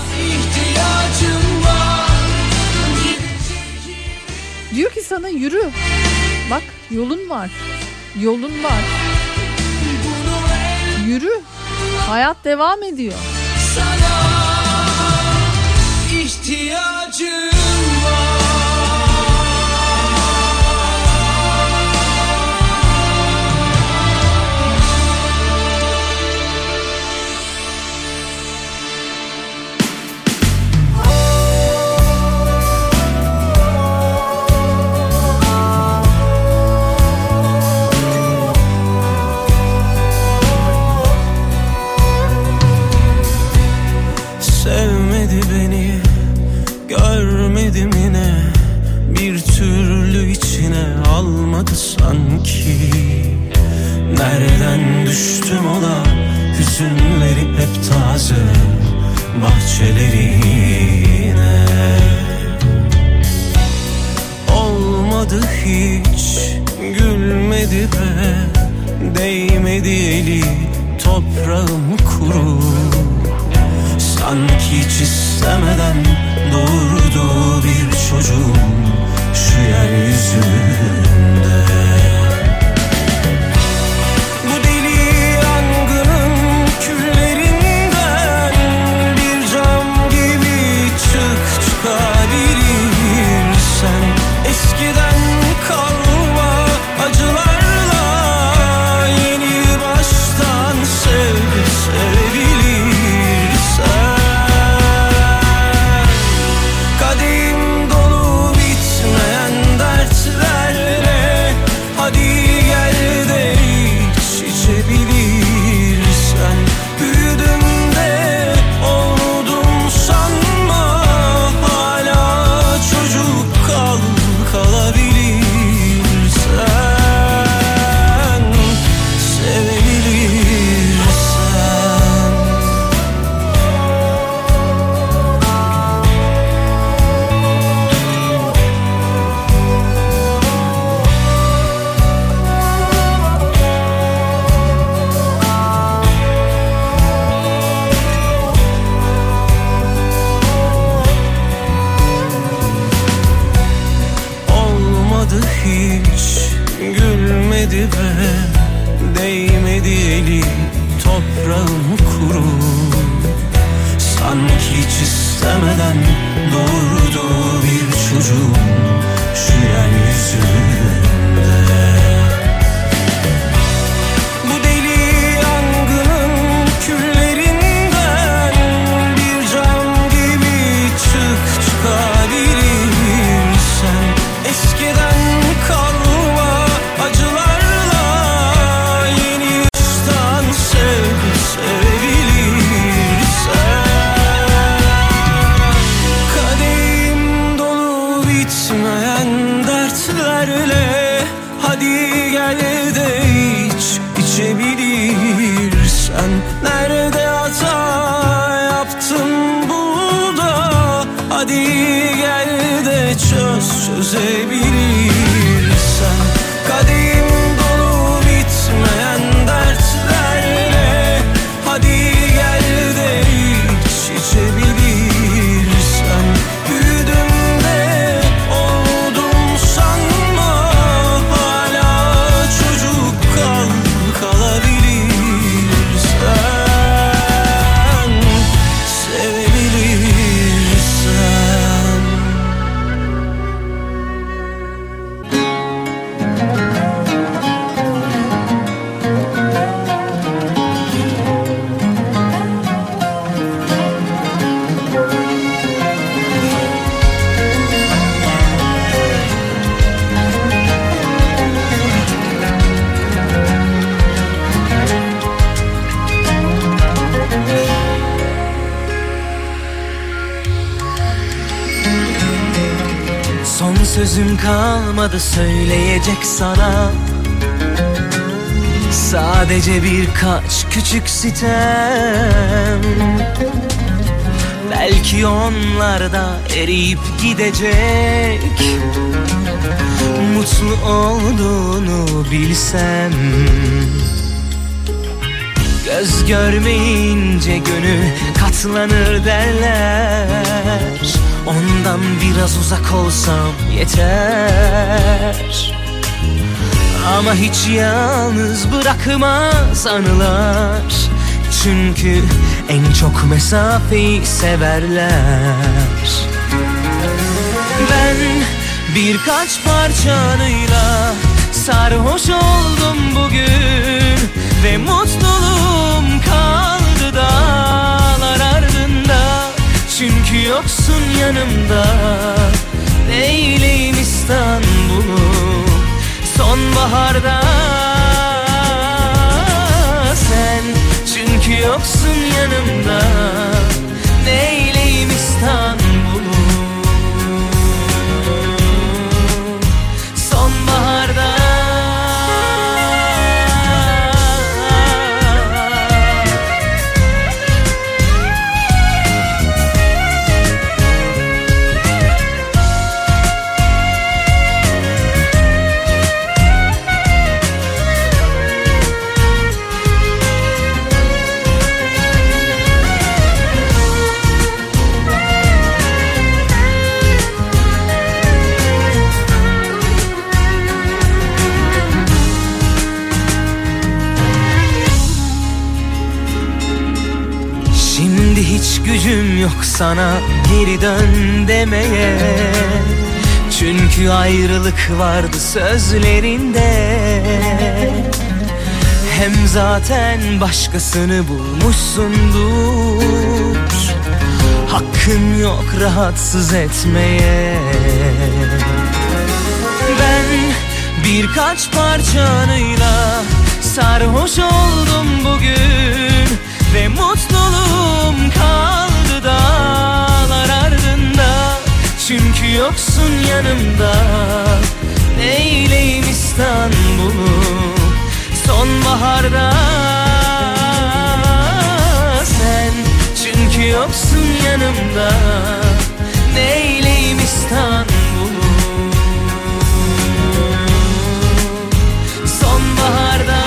E: Diyor ki sana yürü. Bak yolun var. Yolun var. Yürü. Hayat devam ediyor.
J: Sana ihtiyacım var.
I: Sevmedi beni, görmedim yine, bir türlü içine almadı sanki. Nereden düştüm ola, hüzünleri hep taze, bahçelerine. Olmadı hiç, gülmedi be, değmedi eli, toprağım kuru. Sanki hiç istemeden doğurdu bir çocuğum şu yeryüzünde. Bu deli yangının küllerinden bir cam gibi çık çıkabilirsen, eskiden kalma acılarla yeni baştan sev sevebilirsen. Değmedi eli, toprağım kuru. Sanki hiç istemeden doğurdu bir çocuğum şu yeryüzünde. Bu deli yangının küllerinden bir cam gibi çık çıkabilirsen, eskiden kalma acılar içebilirsen. Nerede hata yaptın burada, hadi gel de çöz çözebilirsen. Kadehim dolu bitmeyen dertlerle, hadi gel de iç içebilirsen.
D: sözüm kalmadı söyleyecek sana. Sadece birkaç küçük sitem, belki onlar da eriyip gidecek. Mutlu olduğunu bilsem. Göz görmeyince gönül katlanır derler. Ondan biraz uzak olsam yeter. Ama hiç yalnız bırakmaz anılar. Çünkü en çok mesafeyi severler. Ben birkaç parçanıyla sarhoş oldum bugün ve mutluluğum kaldı dağlar ardında. Çünkü yoksun yanımda, neyleyim İstanbul'u sonbaharda. Sen çünkü yoksun yanımda, neyleyim İstanbul'u sonbaharda. Hiç gücüm yok sana geri dön demeye. Çünkü ayrılık vardı sözlerinde. Hem zaten başkasını bulmuşsundur. Hakkın yok rahatsız etmeye. Ben birkaç parçanıyla sarhoş oldum bugün ve mutluluğum kaldı dağlar ardında. Çünkü yoksun yanımda, neyleyim İstanbul'u sonbaharda. Sen çünkü yoksun yanımda, neyleyim İstanbul'u sonbaharda.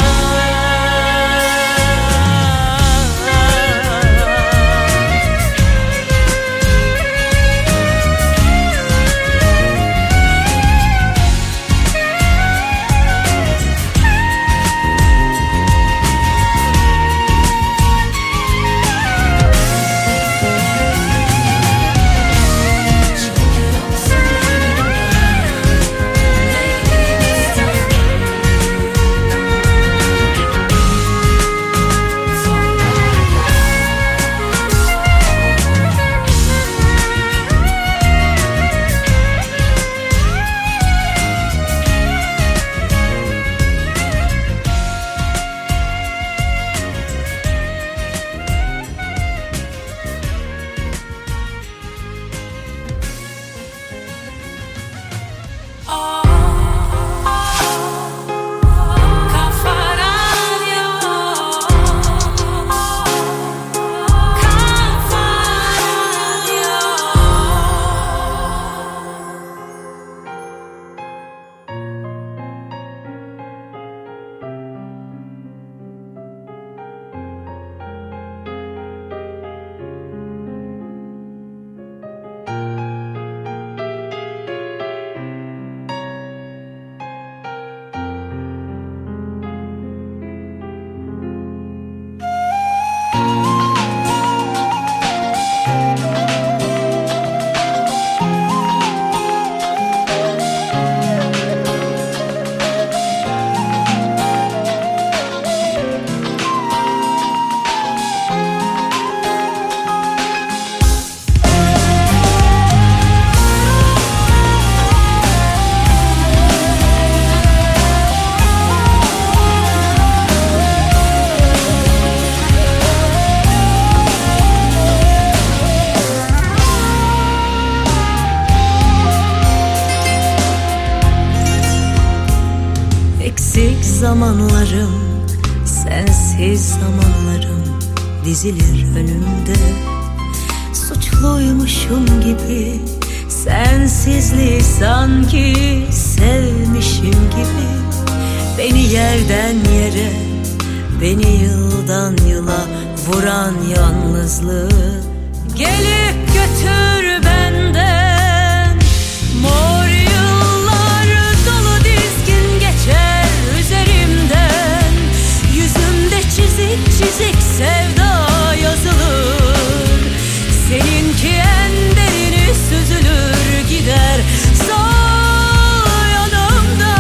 K: zamanlarım, sensiz zamanlarım dizilir önümde. Suçluymuşum gibi, sensizliği sanki sevmişim gibi. Beni yerden yere, beni yıldan yıla vuran yalnızlığı gelip götür benden. Mor yıllar dolu dizgin geçer üzerimden. Yüzümde çizik çizik sevda yazılır. Seninki en derini süzülür gider sağ yanımdan.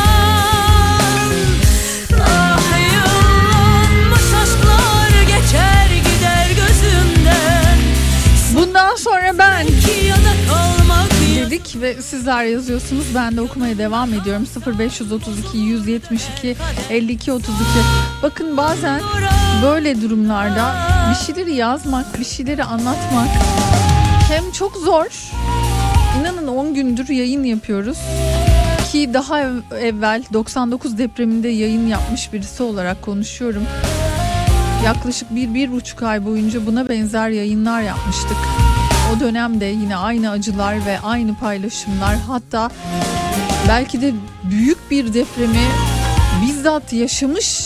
K: Ah yıllanmış aşklar geçer gider gözümden.
E: Bundan sonra ben dedik ve sizler yazıyorsunuz. Ben de okumaya devam ediyorum. sıfır beş otuz iki yüz yetmiş iki elli iki otuz iki. Bakın bazen böyle durumlarda bir şeyleri yazmak, bir şeyleri anlatmak hem çok zor. İnanın on gündür yayın yapıyoruz. Ki daha evvel doksan dokuz depreminde yayın yapmış birisi olarak konuşuyorum. Yaklaşık bir, bir buçuk ay boyunca buna benzer yayınlar yapmıştık. O dönemde yine aynı acılar ve aynı paylaşımlar, hatta belki de büyük bir depremi bizzat yaşamış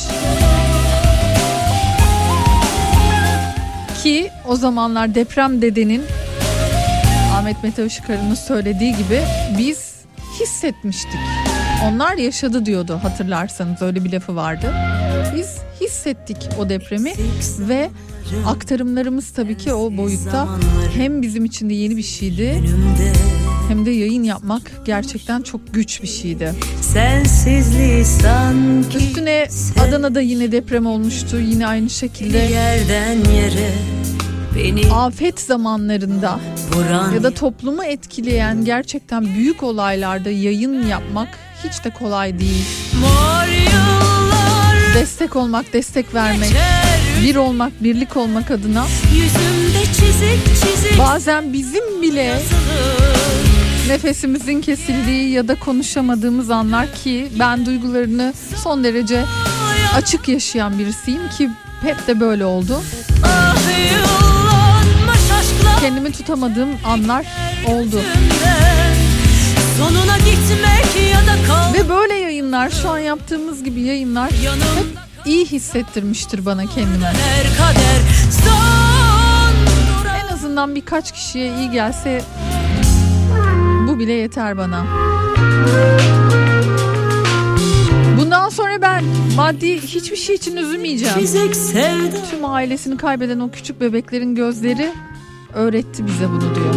E: ki o zamanlar deprem dedenin, Ahmet Mete Işıkar'ın söylediği gibi biz hissetmiştik. Onlar yaşadı diyordu, hatırlarsanız öyle bir lafı vardı. Biz hissettik o depremi ve aktarımlarımız tabii ki o boyutta hem bizim için de yeni bir şeydi hem de yayın yapmak gerçekten çok güç bir şeydi. Üstüne Adana'da yine deprem olmuştu, yine aynı şekilde. Yerden yere beni afet zamanlarında vuran ya da toplumu etkileyen gerçekten büyük olaylarda yayın yapmak hiç de kolay değil. Destek olmak, destek vermek, bir olmak, birlik olmak adına çizik, çizik bazen bizim bile nefesimizin kesildiği ya da konuşamadığımız anlar, ki ben duygularını son derece açık yaşayan birisiyim ki hep de böyle oldu. Kendimi tutamadığım anlar oldu. Sonuna gitmek ya da kal. Ve böyle yayınlar, şu an yaptığımız gibi yayınlar hep iyi hissettirmiştir bana kendime. En azından birkaç kişiye iyi gelse bu bile yeter bana. Bundan sonra ben maddi hiçbir şey için üzülmeyeceğim. Tüm ailesini kaybeden o küçük bebeklerin gözleri öğretti bize bunu diyor.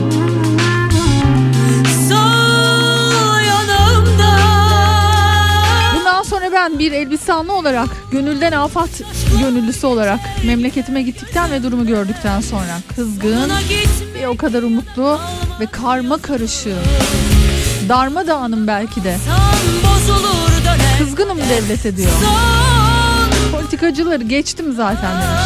E: Bundan sonra ben bir Elbistanlı olarak, gönülden afat gönüllüsü olarak memleketime gittikten ve durumu gördükten sonra kızgın ve o kadar umutlu ve karma karışık, darmadağınım belki de. Kızgınım devlete diyor. Politikacıları geçtim zaten demiş.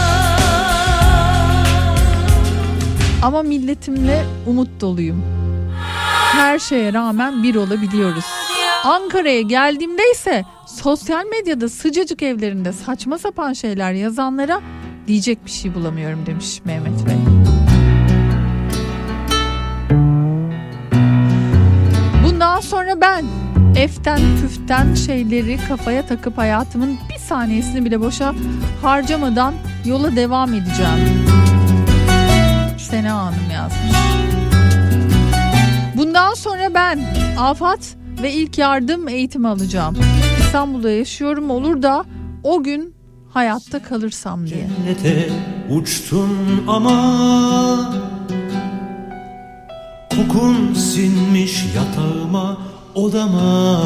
E: Ama milletimle umut doluyum. Her şeye rağmen bir olabiliyoruz. Ankara'ya geldiğimde ise sosyal medyada sıcacık evlerinde saçma sapan şeyler yazanlara diyecek bir şey bulamıyorum demiş Mehmet Bey. Bundan sonra ben eften püften şeyleri kafaya takıp hayatımın bir saniyesini bile boşa harcamadan yola devam edeceğim. Sena Hanım yazmış. Bundan sonra ben afat ve ilk yardım eğitimi alacağım. İstanbul'da yaşıyorum, olur da o gün hayatta kalırsam diye.
I: Cennete uçtun ama kokun sinmiş yatağıma, odama.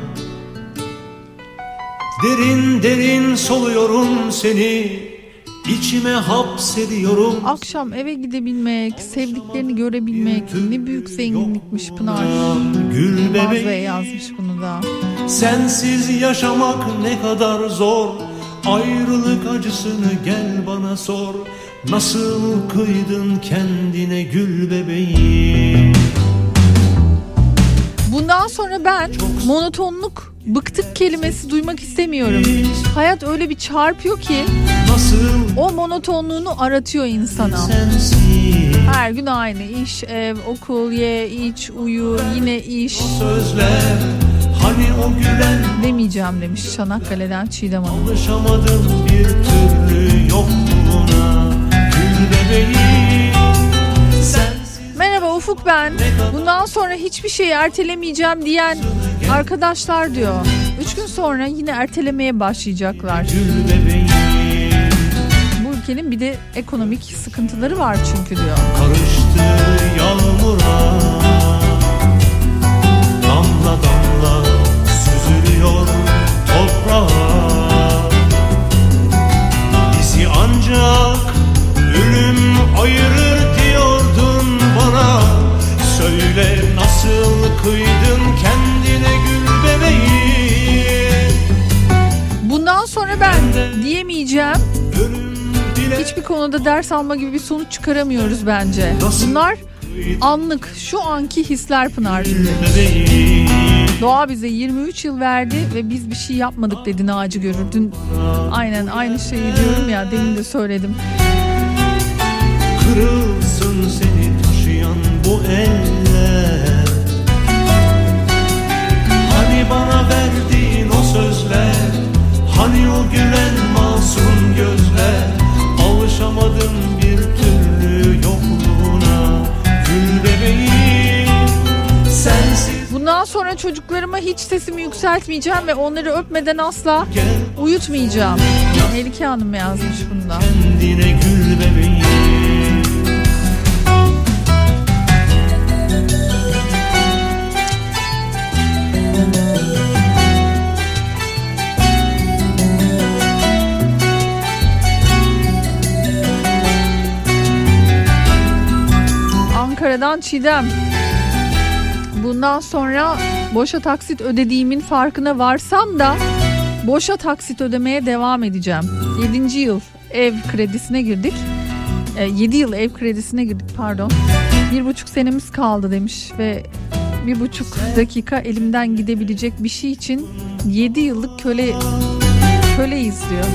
I: Derin derin soluyorum seni, İçime hapsediyorum.
E: Akşam eve gidebilmek, sevdiklerini görebilmek ne büyük zenginlikmiş Pınar.
I: Gül
E: bebeği yazmış bunu da.
I: Sensiz yaşamak ne kadar zor. Ayrılık acısını gel bana sor. Nasıl kıydın kendine gül bebeği?
E: Bundan sonra ben monotonluk, bıktık kelimesi duymak istemiyorum. Hayat öyle bir çarpıyor ki o monotonluğunu aratıyor insana. Her gün aynı iş, ev, okul, ye, iç, uyu, yine iş.
I: Hani o gülen
E: demeyeceğim demiş Çanakkale'den Çiğdem Hanım.
I: Alışamadım bir türlü yokluğuna gül bebeğim.
E: Merhaba Ufuk ben. Bundan sonra hiçbir şeyi ertelemeyeceğim diyen arkadaşlar diyor. Üç gün sonra yine ertelemeye başlayacaklar. Bu ülkenin bir de ekonomik sıkıntıları var çünkü diyor.
I: Karıştı yağmura, damla damla süzülüyor toprağa. Bizi ancak ölüm ayırır diyordun bana. Söyle nasıl kıydın kendine gül bebeğim.
E: Bundan sonra ben diyemeyeceğim. Hiçbir konuda ders alma gibi bir sonuç çıkaramıyoruz bence. Bunlar anlık, şu anki hisler Pınar'cığım demiş. Doğa bize yirmi üç yıl verdi ve biz bir şey yapmadık dedi Naci Görür. Dün aynen aynı şeyi diyorum ya, demin de söyledim.
I: Kırılsın seni taşıyan bu eller. Hani bana verdiğin o sözler, hani o gülen masum gözler. Alışamadım bir türlü yokluğuna gül bebeğim sensiz.
E: Bundan sonra çocuklarıma hiç sesimi yükseltmeyeceğim ve onları öpmeden asla uyutmayacağım. Melike Hanım yazmış bunda.
I: Kendine gül bebeğim.
E: Ankara'dan Çiğdem. Bundan sonra boşa taksit ödediğimin farkına varsam da boşa taksit ödemeye devam edeceğim. yedinci yıl ev kredisine girdik. E, yedi yıl ev kredisine girdik pardon. Bir buçuk senemiz kaldı demiş ve bir buçuk dakika elimden gidebilecek bir şey için yedi yıllık köle köleyiz diyor.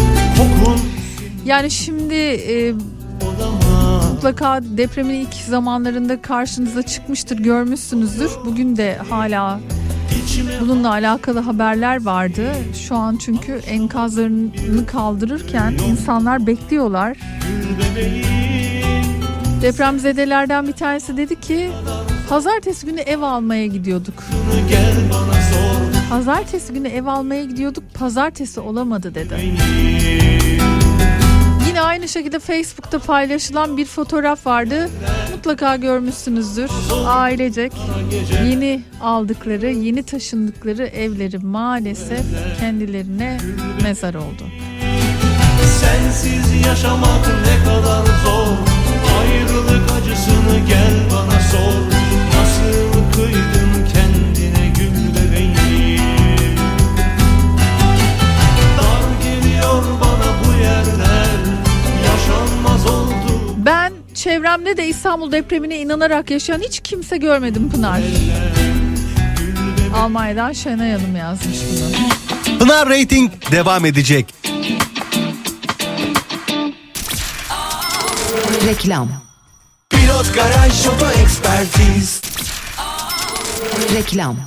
E: Yani şimdi e, mutlaka depremin ilk zamanlarında karşınıza çıkmıştır, görmüşsünüzdür. Bugün de hala bununla alakalı haberler vardı. Şu an çünkü enkazlarını kaldırırken insanlar bekliyorlar. Depremzedelerden bir tanesi dedi ki pazartesi günü ev almaya gidiyorduk. Pazartesi günü ev almaya gidiyorduk, pazartesi olamadı dedi. Yine aynı şekilde Facebook'ta paylaşılan bir fotoğraf vardı. Mutlaka görmüşsünüzdür. Ailecek yeni aldıkları, yeni taşındıkları evleri maalesef kendilerine mezar oldu.
I: Sensiz yaşamak ne kadar zor. Ayrılık acısını gel bana sor. Nasıl kıydın kendine gül bebeğim. Dar geliyor bana bu yerler. Yaşanmaz oldu.
E: Ben çevremde de İstanbul depremine inanarak yaşayan hiç kimse görmedim Pınar. Almanya'dan Şenay Hanım yazmış bunu.
B: Pınar Rating devam edecek.
L: Reklam.
M: Pilot Garaj Oto Ekspertiz.
L: Reklam.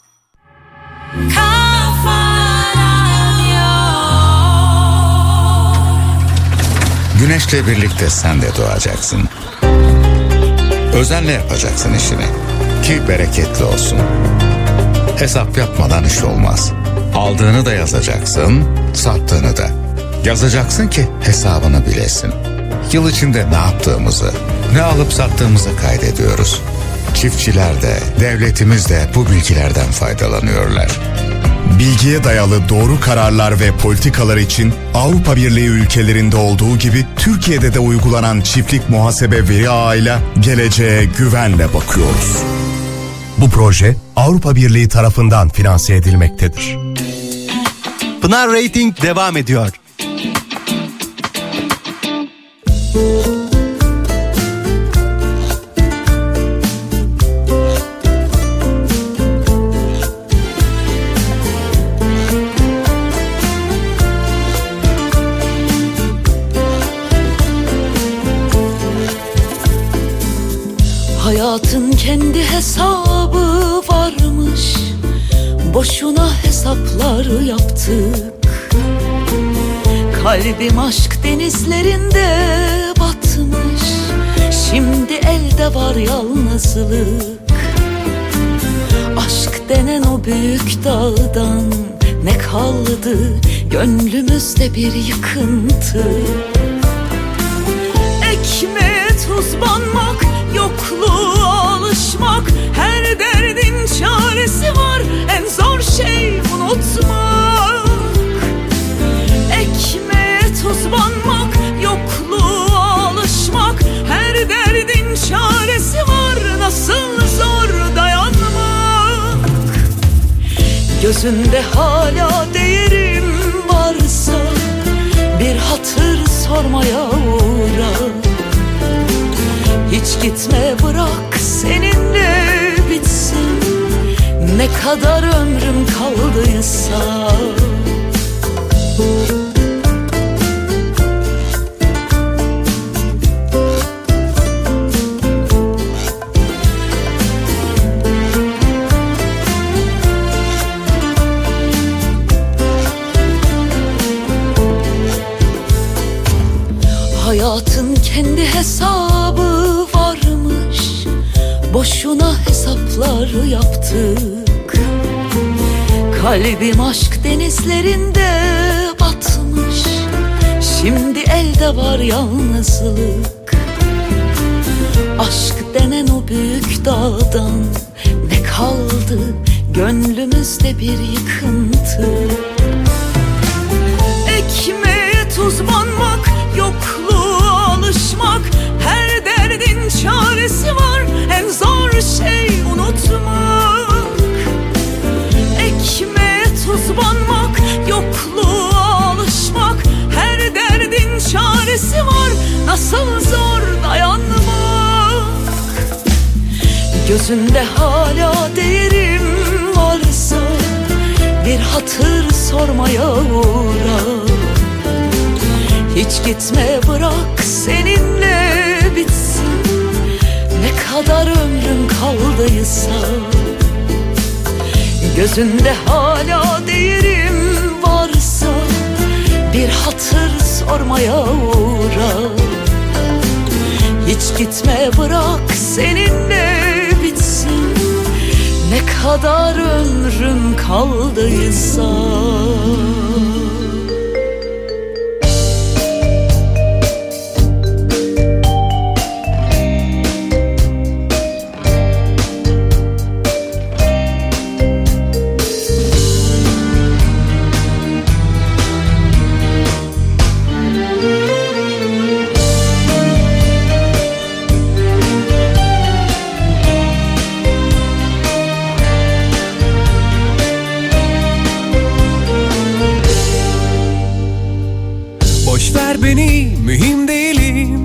N: Güneşle birlikte sen de doğacaksın. Özenle yapacaksın işini ki bereketli olsun. Hesap yapmadan iş olmaz. Aldığını da yazacaksın, sattığını da. Yazacaksın ki hesabını bilesin. Yıl içinde ne yaptığımızı, ne alıp sattığımızı kaydediyoruz. Çiftçiler de, devletimiz de bu bilgilerden faydalanıyorlar.
O: Bilgiye dayalı doğru kararlar ve politikalar için Avrupa Birliği ülkelerinde olduğu gibi Türkiye'de de uygulanan çiftlik muhasebe veri ağıyla geleceğe güvenle bakıyoruz. Bu proje Avrupa Birliği tarafından finanse edilmektedir.
B: Pınar Rating devam ediyor.
K: Hayatın kendi hesabı varmış, boşuna hesaplar yaptık. Kalbim aşk denizlerinde batmış, şimdi elde var yalnızlık. Aşk denen o büyük dağdan ne kaldı? Gönlümüzde bir yıkıntı. Ekmeğe tuz banmak, yokluğa alışmak, her derdin çaresi var, en zor şey unutmak. Ekmeğe tuz banmak, yokluğa alışmak, her derdin çaresi var, nasıl zor dayanmak. Gözünde hala değerim varsa bir hatır sormaya uğra. Hiç gitme, bırak seninle bitsin ne kadar ömrüm kaldıysa. Hayatın kendi hesabı varmış, boşuna hesaplar yaptık. Kalbim aşk denizlerinde batmış, şimdi elde var yalnızlık. Aşk denen o büyük dağdan ne kaldı? Gönlümüzde bir yıkıntı. Ekmeğe tuz banmak, yokluğa alışmak, her derdin çaresi var, en zor şey unutmak. Ekmeğe tuz banmak, yokluğa alışmak, her derdin çaresi var, nasıl zor dayanmak. Gözünde hala değerim varsa bir hatır sormaya uğra. Hiç gitme, bırak seninle bitsin ne kadar ömrüm kaldıysa. Gözünde hala değerim varsa bir hatır sormaya uğra. Hiç gitme, bırak seninle bitsin ne kadar ömrüm kaldıysa.
L: Beni mühim değilim,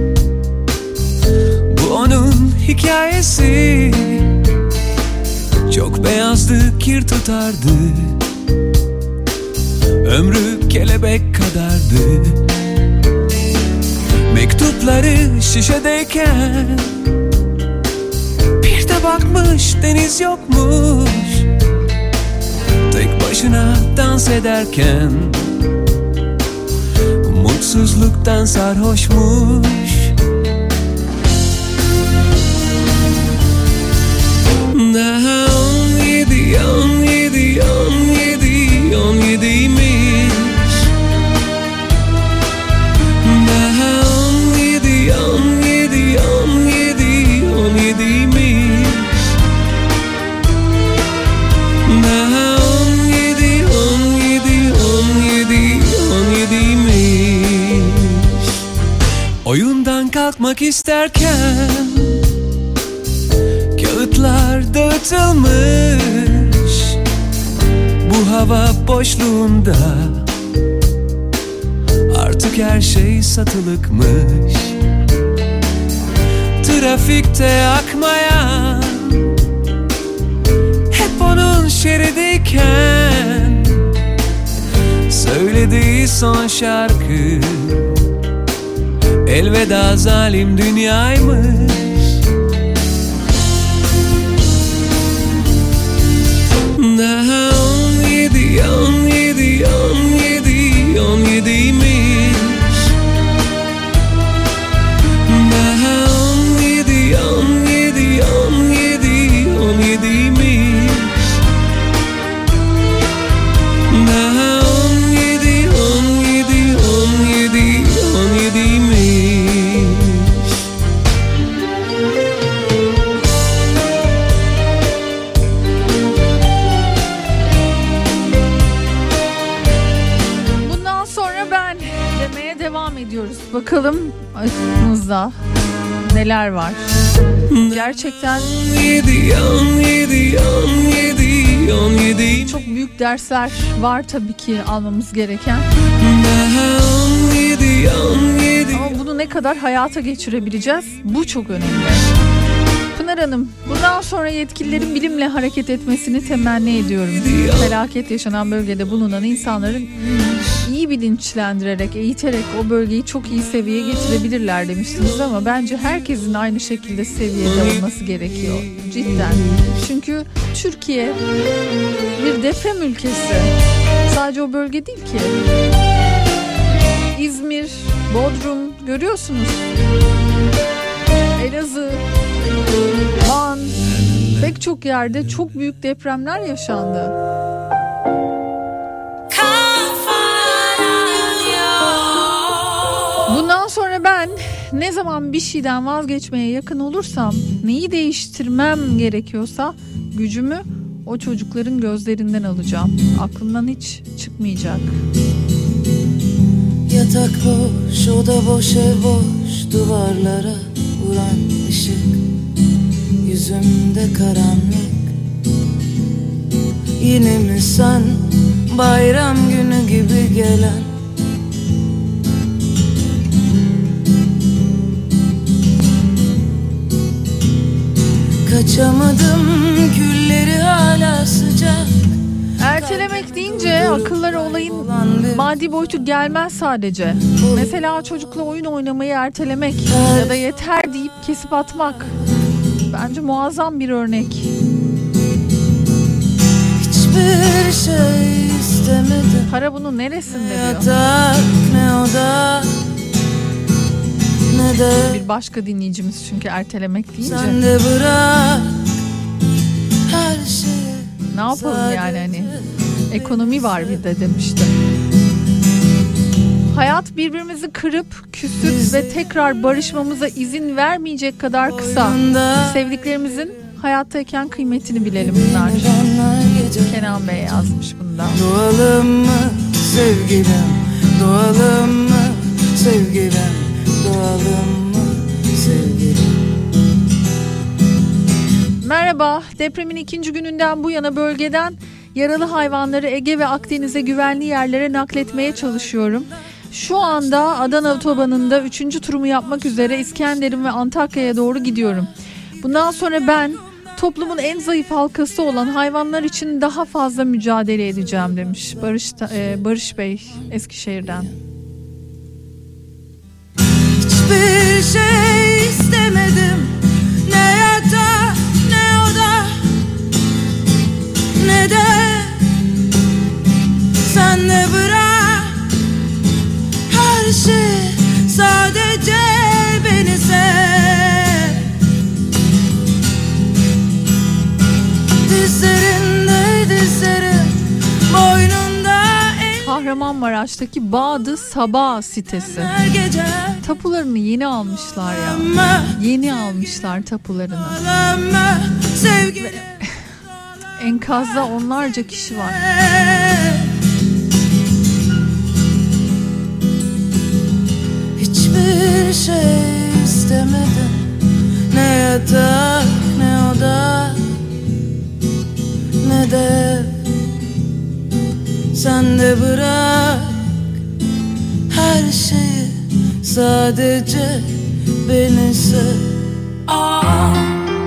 L: bu onun hikayesi. Çok beyazdı, kir tutardı, ömrü kelebek kadardı. Mektupları şişedeyken bir de bakmış deniz yokmuş. Tek başına dans ederken mutsuzluktan sarhoşmuş. Daha on yedi, on yedi, on yedi, on yediymiş. Daha on yedi, on yedi, on yedi, on yediymiş. Daha on yedi, on yedi, on yedi, on yediymiş. Oyundan kalkmak isterken kağıtlar dağıtılmış. Bu hava boşluğunda artık her şey satılıkmış. Trafikte akmayan, hep onun şerideyken söylediği son şarkı elveda zalim dünyaymış.
E: bakalım aklımızda neler var. Gerçekten çok büyük dersler var tabii ki almamız gereken. Ama bunu ne kadar hayata geçirebileceğiz? Bu çok önemli. Pınar Hanım, bundan sonra yetkililerin bilimle hareket etmesini temenni ediyorum. Felaket yaşanan bölgede bulunan insanların iyi bilinçlendirerek, eğiterek o bölgeyi çok iyi seviyeye getirebilirler demiştiniz ama bence herkesin aynı şekilde seviyede olması gerekiyor. Cidden. Çünkü Türkiye bir deprem ülkesi. Sadece o bölge değil ki. İzmir, Bodrum görüyorsunuz. Elazığ, Van, pek çok yerde çok büyük depremler yaşandı. Bundan sonra ben ne zaman bir şeyden vazgeçmeye yakın olursam, neyi değiştirmem gerekiyorsa gücümü o çocukların gözlerinden alacağım. Aklımdan hiç çıkmayacak.
K: Yatak boş, oda boş, ev boş, duvarlara vuran ışık, yüzümde karanlık. Yine mi sen bayram günü gibi gelen? Kaçamadım, külleri hala sıcak.
E: Ertelemek deyince akıllara olayın maddi boyutu gelmez sadece. Mesela çocukla oyun oynamayı ertelemek ya da yeter deyip kesip atmak. Bence muazzam bir örnek.
K: Hiçbir şey istemedim.
E: Para bunun neresinde diyor.
K: Yatak, ne oda, ne de
E: bir başka dinleyicimiz çünkü ertelemek deyince.
K: Sen de bırak her şeyi.
E: Ne yapalım yani hani ekonomi var bir de demiştim. Hayat birbirimizi kırıp küsüp ve tekrar barışmamıza izin vermeyecek kadar kısa. Sevdiklerimizin hayattayken kıymetini bilelim bunlar. Kenan Bey yazmış bundan.
K: Doğalım mı sevgilim, doğalım mı sevgilim, doğalım mı sevgilim.
E: Merhaba, depremin ikinci gününden bu yana bölgeden yaralı hayvanları Ege ve Akdeniz'e güvenli yerlere nakletmeye çalışıyorum. Şu anda Adana Otobanı'nda üçüncü turumu yapmak üzere İskenderun ve Antakya'ya doğru gidiyorum. Bundan sonra ben toplumun en zayıf halkası olan hayvanlar için daha fazla mücadele edeceğim demiş Barış, e, Barış Bey Eskişehir'den.
K: Hiçbir şey istemedim, ne yatak ne oda, ne de sen de bırak her şey, sadece beni sev. Dizlerinde dizlerim, boynunda el.
E: Kahramanmaraş'taki Bağdı Sabah sitesi. Tapularını yeni almışlar ya. Yeni almışlar tapularını. Ve enkazda onlarca kişi var.
K: Hiçbir şey istemedim, ne yatak ne oda, ne de sen de bırak her şeyi, sadece beni sev. Oh.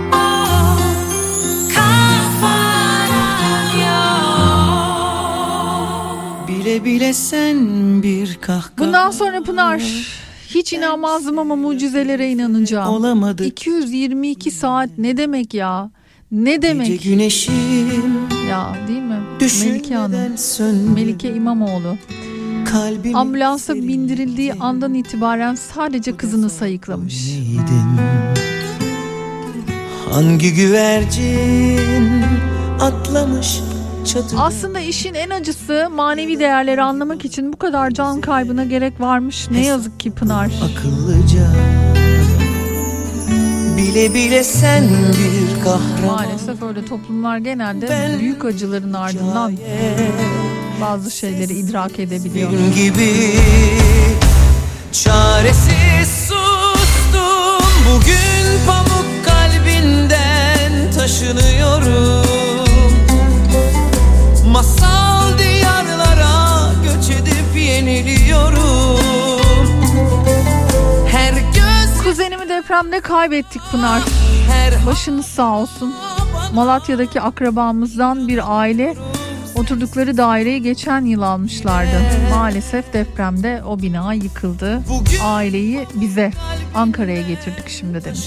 K: Bile bile sen bir kahkaha.
E: Bundan sonra Pınar, hiç inanmazdım ama mucizelere inanacağım.
K: Olamadık.
E: iki yüz yirmi iki saat ne demek ya? Ne demek?
K: Gece güneşim.
E: Ya değil mi? Melike Hanım.
K: Söndü.
E: Melike İmamoğlu.
K: Kalbimi
E: ambulansa bindirildiği andan itibaren sadece kızını sayıklamış.
K: Hangi güvercin atlamış çatıda.
E: Aslında işin en acısı manevi değerleri anlamak için bu kadar can kaybına gerek varmış. Ne yazık ki Pınar.
K: Akıllıca bile bile sen bir kahraman.
E: Maalesef öyle toplumlar genelde ben büyük acıların ardından bazı şeyleri idrak edebiliyor.
K: Gibi çaresiz
E: depremde kaybettik Pınar. Başınız sağ olsun. Malatya'daki akrabamızdan bir aile oturdukları daireyi geçen yıl almışlardı. Maalesef depremde o bina yıkıldı. Aileyi bize, Ankara'ya getirdik şimdi demiş.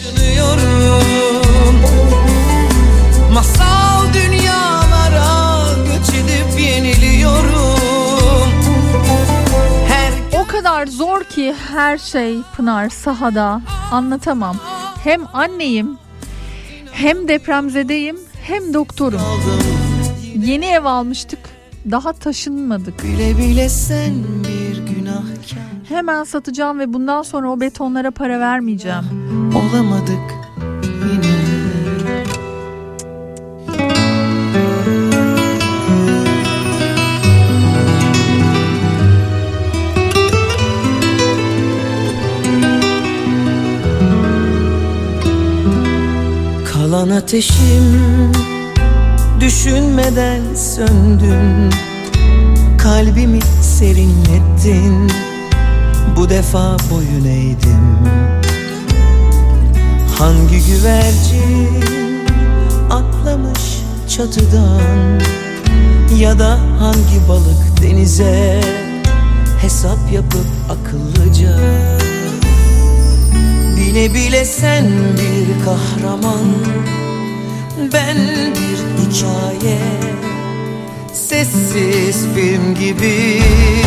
D: Masal dünyalara göç edip yeniliyorum. Her...
E: O kadar zor ki her şey Pınar sahada, anlatamam. Hem anneyim, hem depremzedeyim, hem doktorum. Yeni ev almıştık, daha taşınmadık.
D: Bile bile sen bir günahkar.
E: Hemen satacağım ve bundan sonra o betonlara para vermeyeceğim.
D: Olamadık yine. Kalan ateşim düşünmeden söndün. Kalbimi serinlettin. Bu defa boyun eğdim. Hangi güvercin atlamış çatıdan, ya da hangi balık denize hesap yapıp akıllıca. Bile bile sen bir kahraman, ben bir hikaye, sessiz film gibi.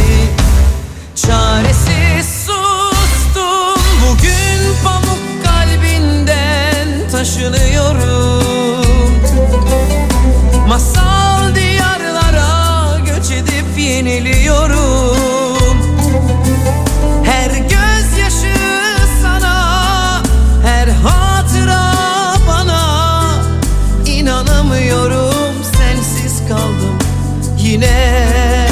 D: Çaresiz sustum, bugün pamuk kalbinden taşınıyorum. Masal diyarlara göç edip yeniliyorum. Her gözyaşı sana, her hatıra bana. İnanamıyorum, sensiz kaldım yine.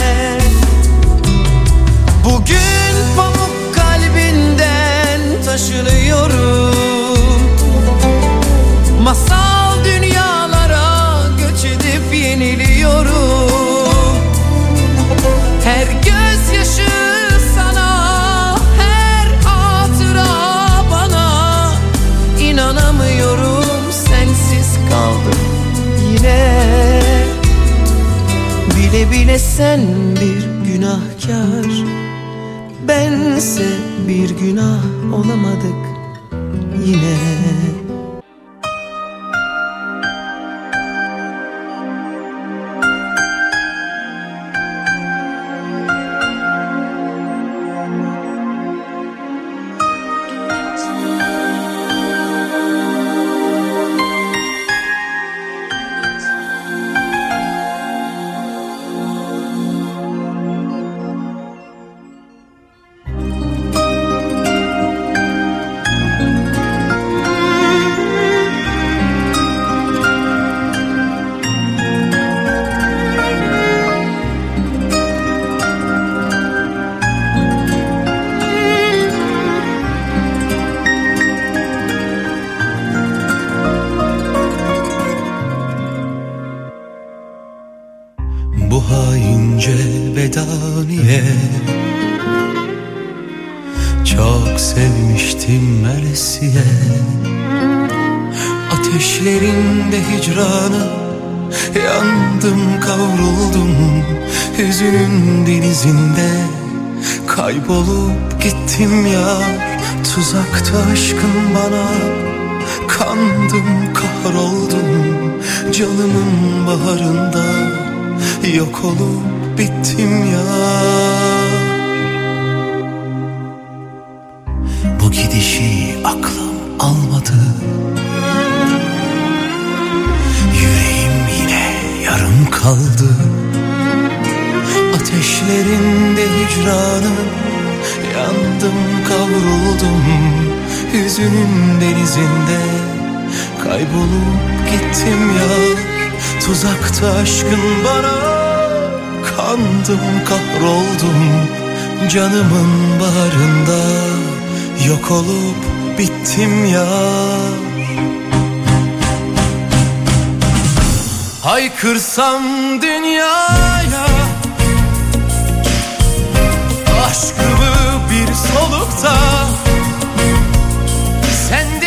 D: Bugün pamuk kalbinden taşınıyorum. Masal dünyalara göç edip yeniliyorum. Her gözyaşı sana, her hatıra bana. İnanamıyorum, sensiz kaldım yine. Bile bile sen bir günahkar, bense bir günah olamadık yine.
I: Çok sevmiştim öylesiye. Ateşlerinde hicranı yandım, kavruldum. Hüzünün denizinde kaybolup gittim yar. Tuzakta aşkın bana, kandım, kahroldum. Canımın baharında yok olup bittim yar. Bu gidişi aklım almadı. Yüreğim yine yarım kaldı. Ateşlerinde hicranın yandım, kavruldum. Hüzünün denizinde kaybolup gittim yar. Tuzakta aşkın bana, kandım, kahroldum. Canımın baharında yok olup bittim yar. Haykırsam dünyaya aşkımı bir solukta, sen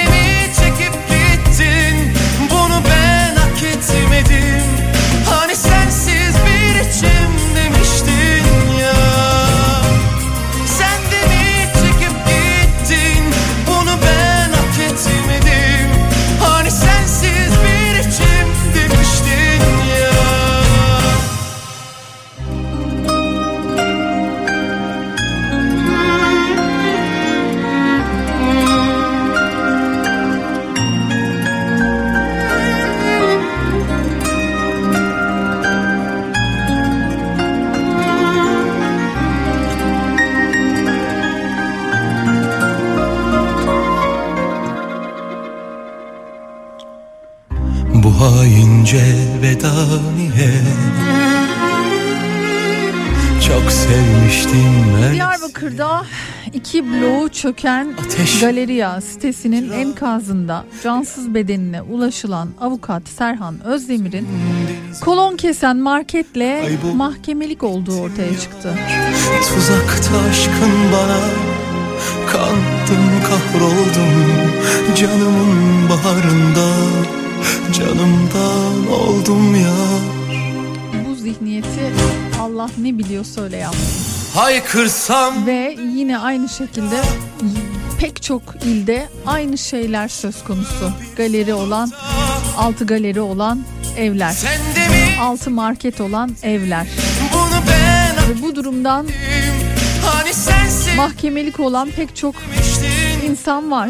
I: bu haince veda niye? Çok sevmiştim ben.
E: Diyarbakır'da iki bloğu çöken
I: Ateş.
E: Galeriya sitesinin enkazında cansız bedenine ulaşılan avukat Serhan Özdemir'in kolon kesen marketle mahkemelik olduğu ortaya çıktı.
I: Tuzakta aşkın bana kandım, kahroldum. Canımın baharında canımdan oldum ya.
E: Bu zihniyeti Allah ne biliyorsa öyle yaptı.
I: Haykırsam.
E: Ve yine aynı şekilde pek çok ilde aynı şeyler söz konusu. Galeri olan, altı galeri olan evler, altı market olan evler. Ve bu durumdan hani mahkemelik olan pek çok insan var.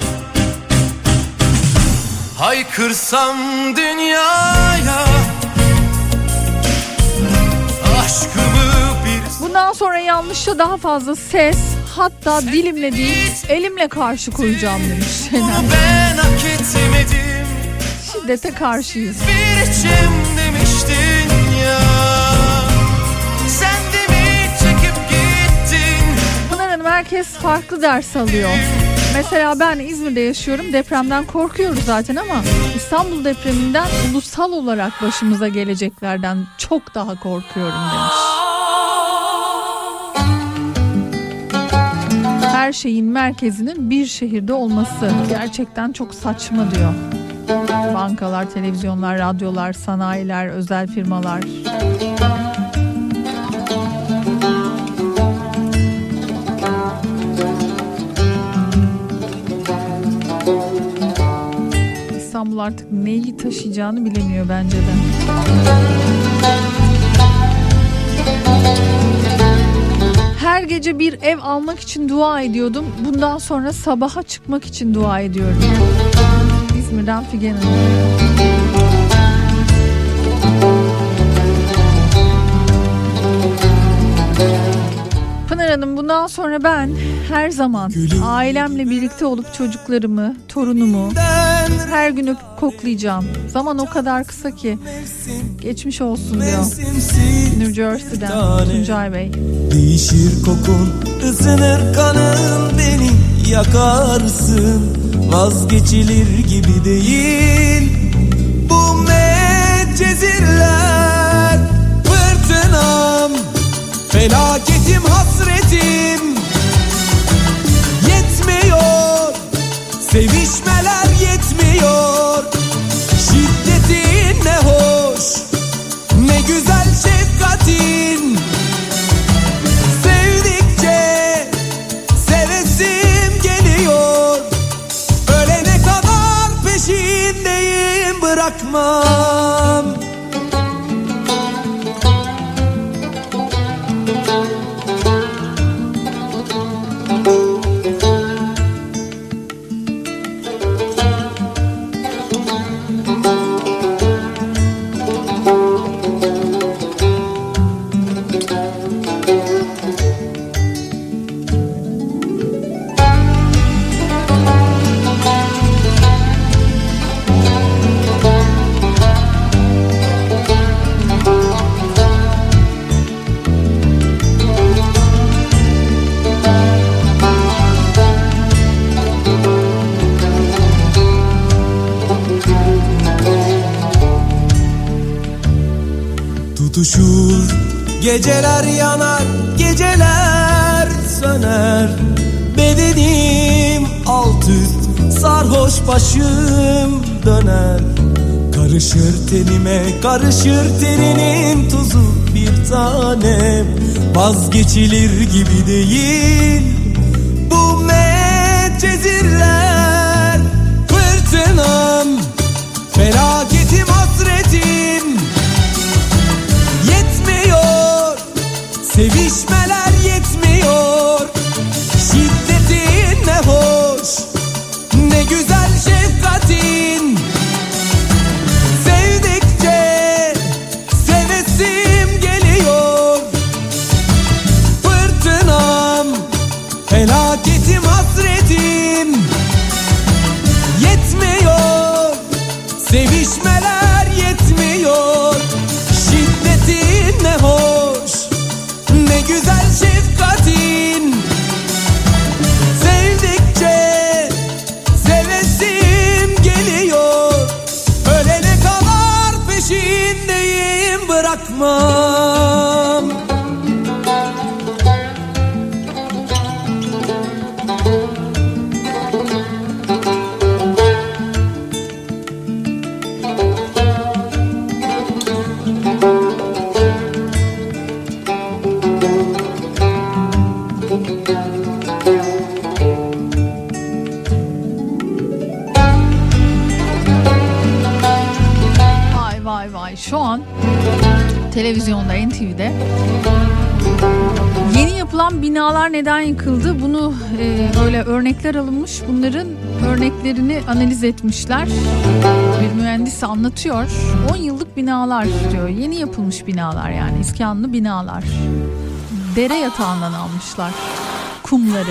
I: Haykırsam dünyaya aşkımı bir...
E: Bundan sonra yanlışça daha fazla ses, hatta dilimle değil elimle karşı koyacağım demiş Şener.
I: Ben hak etmedim.
E: Şiddete karşıyız.
I: Bir içim demiştin ya. Sen de mi çekip gittin?
E: Pınar Hanım, herkes farklı ders alıyor. Mesela ben İzmir'de yaşıyorum. Depremden korkuyoruz zaten ama İstanbul depreminden ulusal olarak başımıza geleceklerden çok daha korkuyorum demiş. Her şeyin merkezinin bir şehirde olması gerçekten çok saçma diyor. Bankalar, televizyonlar, radyolar, sanayiler, özel firmalar. İstanbul artık neyi taşıyacağını bilemiyor bence de. Her gece bir ev almak için dua ediyordum. Bundan sonra sabaha çıkmak için dua ediyorum. İzmir'den Figen Hanım. Pınar Hanım, bundan sonra ben her zaman ailemle birlikte olup çocuklarımı, torunumu her gün öpüp koklayacağım. Zaman o kadar kısa ki. Geçmiş olsun diyor New Jersey'den Tuncay Bey.
P: Değişir kokun, ısınır kanın, beni yakarsın. Vazgeçilir gibi değil bu medcezirler. Fırtınam, felaketim, hasretim yetmiyor, sevişmeler yetmiyor. Şiddetin ne hoş, ne güzel şefkatin. Sevdikçe sevesim geliyor. Ölene kadar peşindeyim, bırakmam. Tutuşur, geceler yanar, geceler söner. Bedenim alt üst, sarhoş başım döner. Karışır tenime, karışır teninin tuzu bir tanem. Vazgeçilir gibi değil bu medcezirler. Fırtınam, felaketim, hasretim yetmiyor, sevişmeler yetmiyor. Şiddetin ne hoş, ne güzel şefkatin. Sevdikçe sevesim geliyor. Fırtınam, Sevişmeler yetmiyor, şiddetin ne hoş, ne güzel şefkatin. Sevdikçe sevesim geliyor, ölene kadar peşindeyim, bırakmam.
E: Vay vay vay, şu an televizyonda, N T V'de yeni yapılan binalar neden yıkıldı? Bunu e, böyle örnekler alınmış. Bunların örneklerini analiz etmişler. Bir mühendis anlatıyor. on yıllık binalar diyor. Yeni yapılmış binalar, yani iskanlı binalar. Dere yatağından almışlar kumları.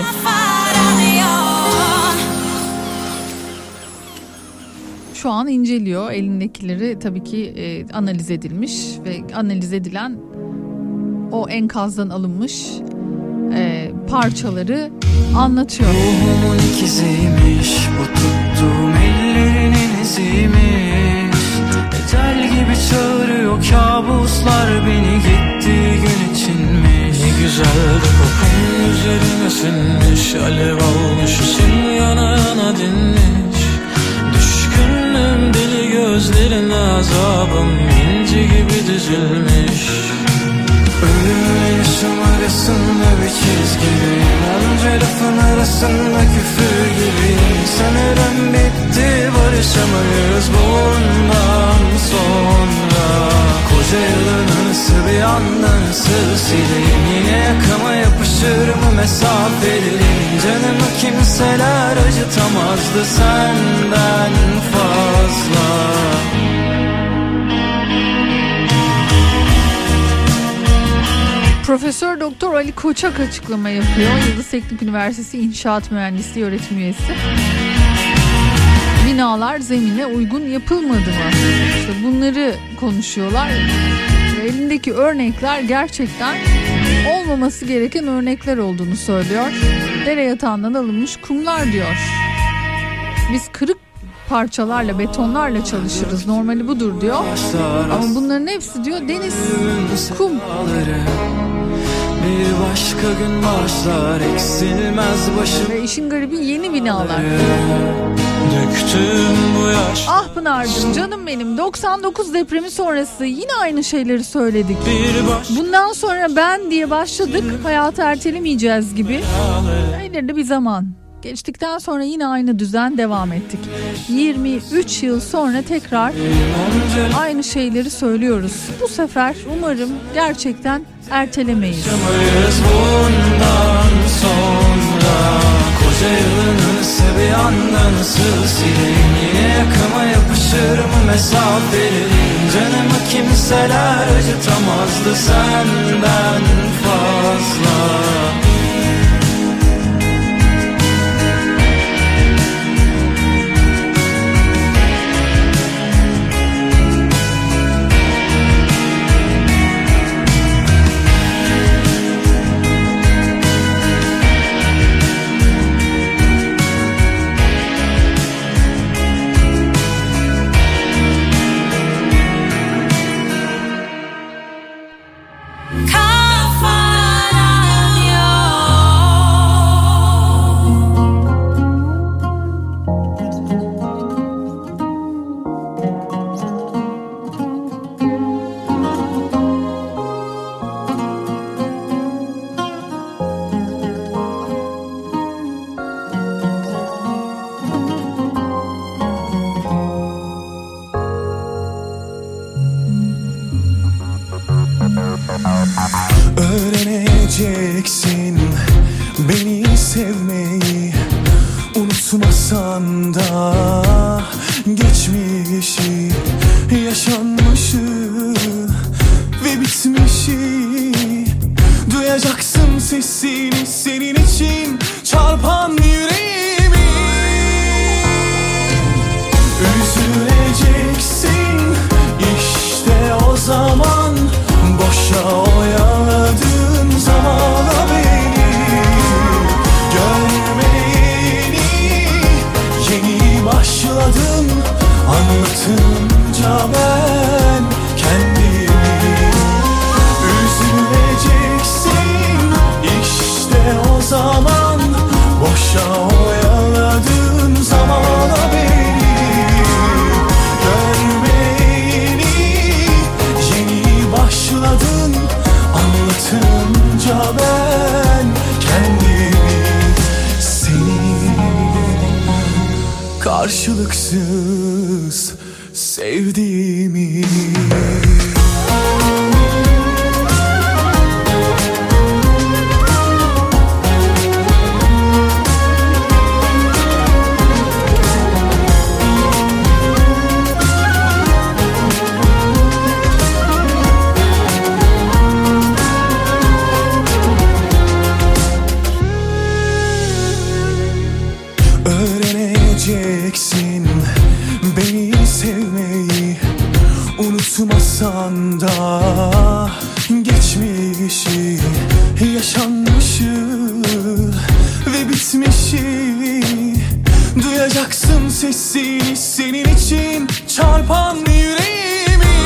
E: Şu an inceliyor. Elindekileri tabii ki e, analiz edilmiş ve analiz edilen o enkazdan alınmış e, parçaları anlatıyor.
Q: Ruhumun ikiziymiş bu tuttuğum ellerinin iziymiş. Ecel gibi çağırıyor kabuslar beni, gittiği gün içinmiş. Ne güzel de kokun üzerime sinmiş, alev almış üstün yana yana dinmiş. Düşkünlüğüm deli gözlerine, azabım inci gibi düzülmüş. Ölümle yaşam arasında bir çizgiyim, onca lafın arasında küfür gibiyim. Sanırım bitti, barışamayız bundan sonra. Koca yılın ısı bir anda nasıl sileyim, yine yakama yapışır mı mesafeliyim. Canımı kimseler acıtamazdı senden fazla.
E: Profesör Doktor Ali Koçak açıklama yapıyor. Yıldız Teknik Üniversitesi İnşaat Mühendisliği öğretim üyesi. Binalar zemine uygun yapılmadı mı? İşte bunları konuşuyorlar. Elindeki örnekler gerçekten olmaması gereken örnekler olduğunu söylüyor. Dere yatağından alınmış kumlar diyor. Biz kırık parçalarla, betonlarla çalışırız. Normali budur diyor. Ama bunların hepsi diyor deniz, kum.
Q: Bir başka gün başlar, eksilmez başım.
E: Ve işin garibi yeni binalar.
Q: Döktüm bu yaş.
E: Ah Pınar'cığım, canım benim, doksan dokuz depremi sonrası yine aynı şeyleri söyledik. Bundan sonra ben diye başladık, hayatı ertelemeyeceğiz gibi. İleride bir zaman geçtikten sonra yine aynı düzen devam ettik. yirmi üç yıl sonra tekrar aynı şeyleri söylüyoruz. Bu sefer umarım gerçekten ertelemeyiz.
Q: Bundan sonra koca yılın ısı bir anda nasıl sileyim, yine yakama yapışır mı mesafeliyim. Canımı kimseler acıtamazdı senden fazla.
P: Öğreneceksin beni sevmeyi, unutmasan da geçmişi, yaşanmışı ve bitmişi. Duyacaksın sesini, senin için çarpan yüreğimi. Üzüleceksin
M: ben kendimi. Üzüleceksin işte o zaman, boşa oyaladığın zamana beni. Görmeyeni yeni başladın, anlatınca ben kendimi. Seni karşılıksız sevdiğimi. Öğreneceksin beni sevmeyi, unutmasan da geçmişi, yaşanmışı ve bitmişi. Duyacaksın sesini, senin için çarpan yüreğimi.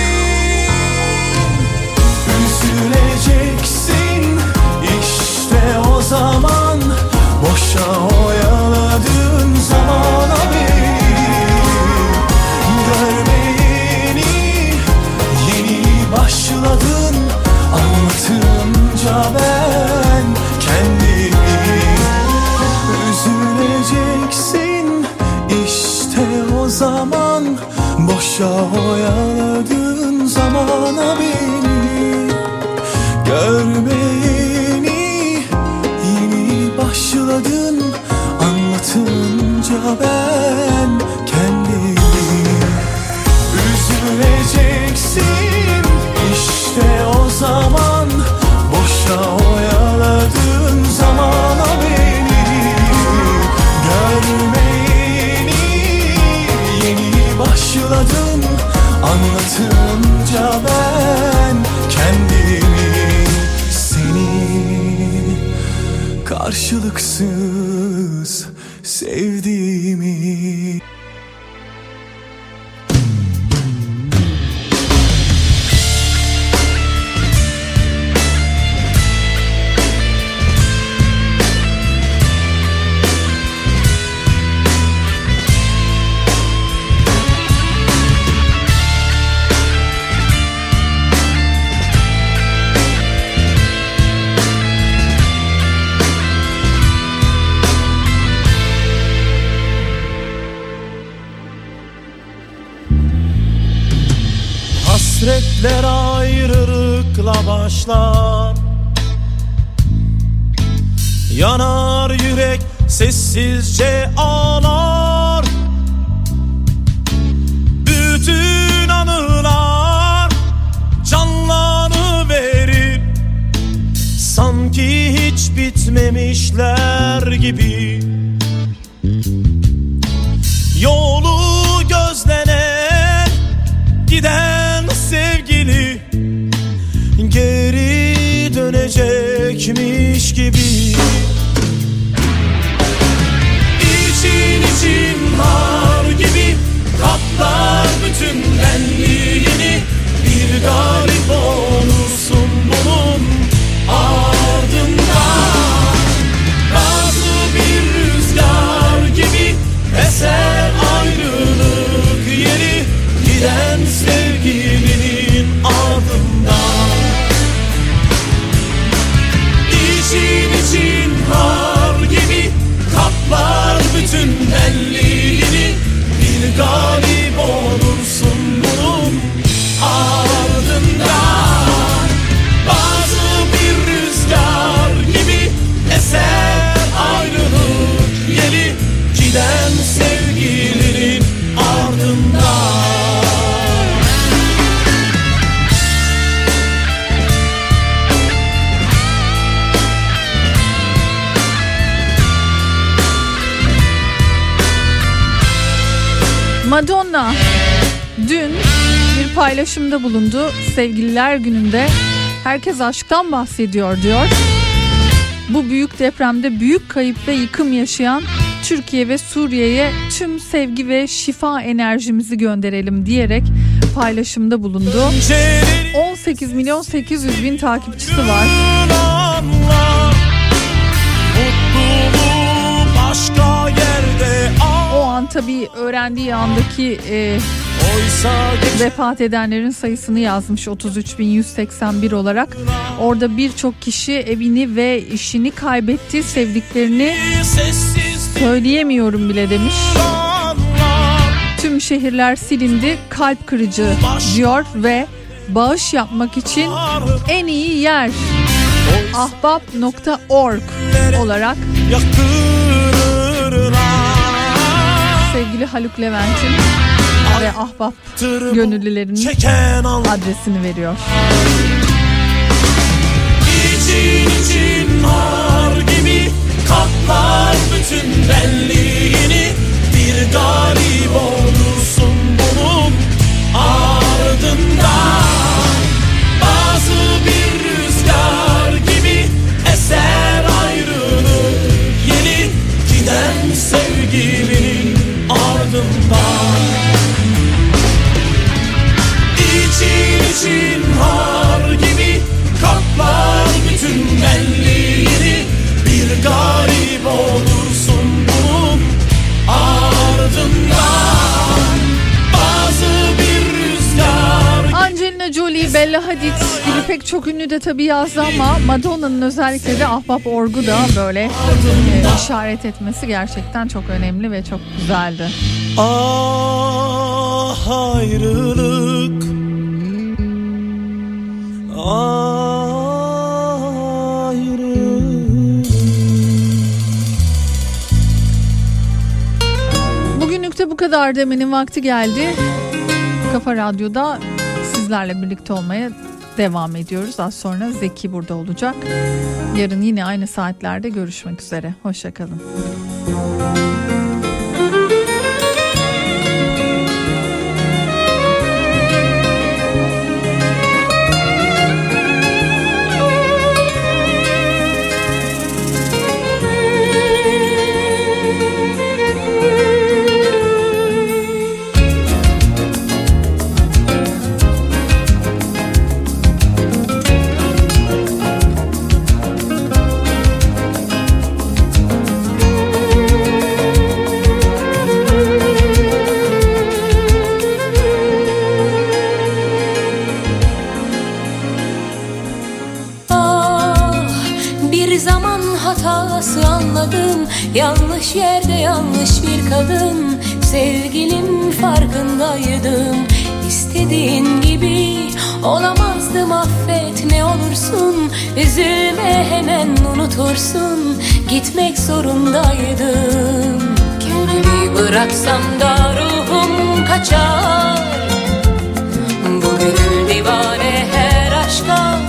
M: Üzüleceksin işte o zaman, boşa oyaladığın zamana beni. Görmeyeni yeni başladın, anlatınca ben kendimi. Üzüleceksin işte o zaman, boşa oyaladığın zamana beni. Görmeyeni yeni başladın, anlatınca ben kendimi. Üzüleceksin işte o zaman, boşa oyaladığın zamana beni. Görmeyeni yeni başladın, anlatınca ben kendimi. Seni karşılıksız sevdiğimi.
R: Hasretler ayrılıkla başlar, yanar yürek sessizce ağlar. Bütün anılar canlanıverir, sanki hiç bitmemişler gibi. Yolu gözlenen giden sevgili geri dönecekmiş gibi. İçin için nar gibi kaplar bütün benliğini. Bir galip olursun bunun ardından. Bazı bir rüzgar gibi eser ayrılık yeri, giden sevgilinin ardından. İçin için har gibi kaplar bütün benliğini. Bir galip olursun bunun ardından. Bazı bir rüzgar gibi eser ayrılık yeri, giden sevgilinin ardından.
E: Madonna dün bir paylaşımda bulundu. Sevgililer gününde herkes aşktan bahsediyor diyor. Bu büyük depremde büyük kayıp ve yıkım yaşayan Türkiye ve Suriye'ye tüm sevgi ve şifa enerjimizi gönderelim diyerek paylaşımda bulundu. on sekiz milyon sekiz yüz bin takipçisi var.
R: Başka yerde
E: o an tabii öğrendiği andaki e, vefat edenlerin sayısını yazmış otuz üç bin yüz seksen bir olarak. Orada birçok kişi evini ve işini kaybetti, sevdiklerini söyleyemiyorum bile demiş. Tüm şehirler silindi, kalp kırıcı diyor ve bağış yapmak için en iyi yer ahbap nokta org olarak sevgili Haluk Levent'in ve ahbap gönüllülerinin adresini veriyor.
R: İçin için har gibi katlar bütün benliğini, bir garip olursun bunun ardından. Bazı bir rüzgar gibi eser ayrılık, yeni giden sevgilinin ardından. İçin için har gibi kaplar bütün benliğini, bir garip olursun bunun ardından. Bazı bir rüzgar.
E: Angelina Jolie, Bella Hadid gibi pek çok ünlü de tabii yazdı ama Madonna'nın özellikle de ahbap orgu da böyle e, işaret etmesi gerçekten çok önemli ve çok güzeldi.
R: Ah ayrılık, ayrılık.
E: Bugünlük de bu kadar demenin vakti geldi. Kafa Radyo'da sizlerle birlikte olmaya devam ediyoruz. Az sonra Zeki burada olacak. Yarın yine aynı saatlerde görüşmek üzere. Hoşça kalın.
K: Yanlış yerde yanlış bir kadın, sevgilim farkındaydım. İstediğin gibi olamazdım, affet ne olursun. Üzülme hemen unutursun, gitmek zorundaydım. Kendimi bıraksam da ruhum kaçar. Bu gönül divane her aşka.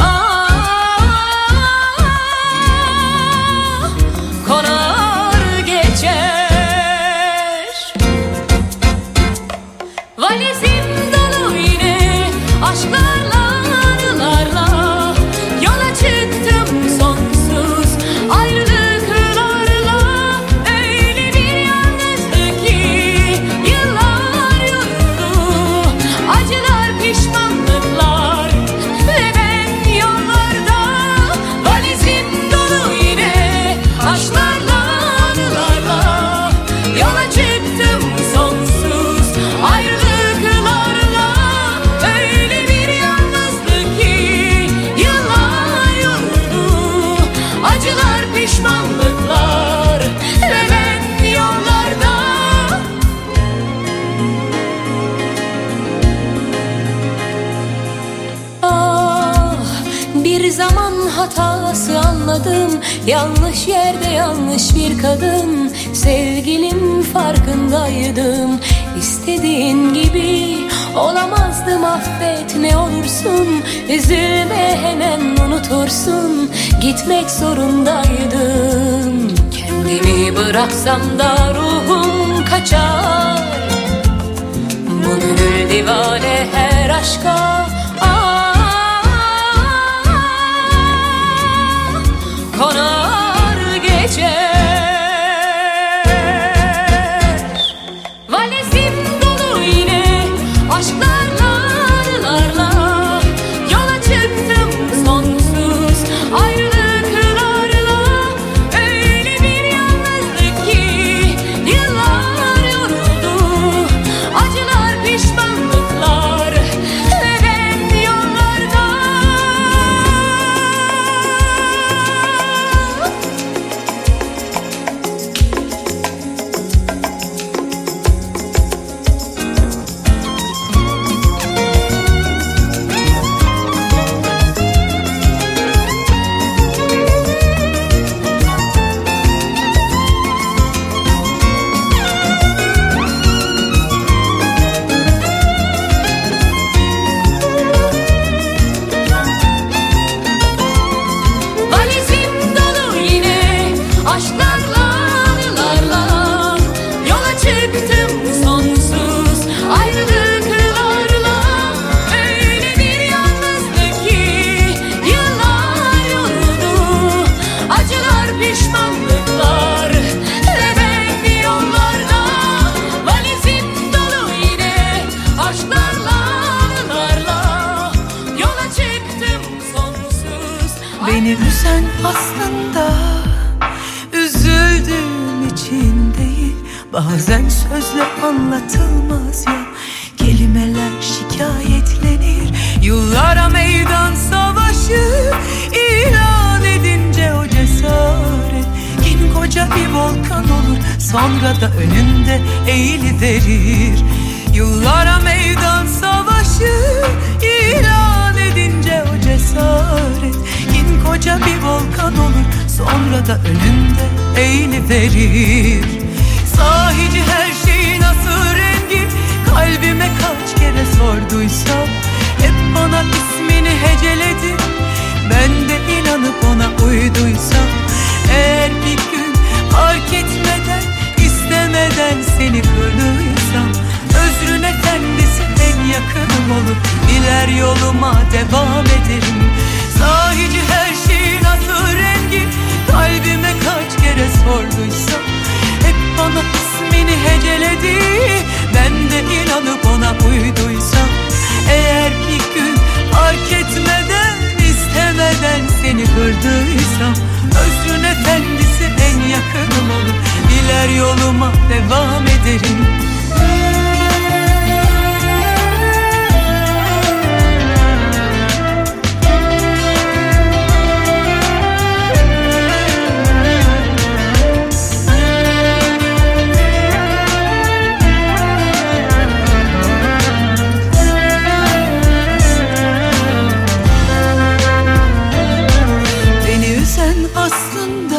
K: Hatası anladım, yanlış yerde yanlış bir kadın, sevgilim farkındaydım. İstediğin gibi olamazdım, affet ne olursun. Üzülme hemen unutursun, gitmek zorundaydım. Kendimi bıraksam da ruhum kaçar. Bu gönül divane her aşka. Konar gece. Beni üzen aslında üzüldüğüm için değil, bazen sözle anlatılmaz ya, kelimeler şikayetlenir. Yıllara meydan savaşı ilan edince o cesaret kin koca bir volkan olur, sonra da önünde eğiliverir. Yıllara meydan savaşı ilan edince o cesaret kin koca bir volkan olur, sonra da önünde eğiliverir. Sahici her şeyin asıl rengi kalbime kaç kere sorduysam, hep bana ismini heceledi, ben de inanıp ona uyduysam. Eğer bir gün fark etmeden, istemeden seni kırdıysam, özrün efendisi en yakınım olup diler yoluma devam ederim. Sahici her şeyin asıl rengi kalbime kaç kere sorduysam, hep bana ismini heceledi, ben de inanıp ona uyduysam. Eğer bir gün fark etmeden, istemeden seni kırdıysam, özrün efendisi en yakınım olup diler yoluma devam ederim. Aslında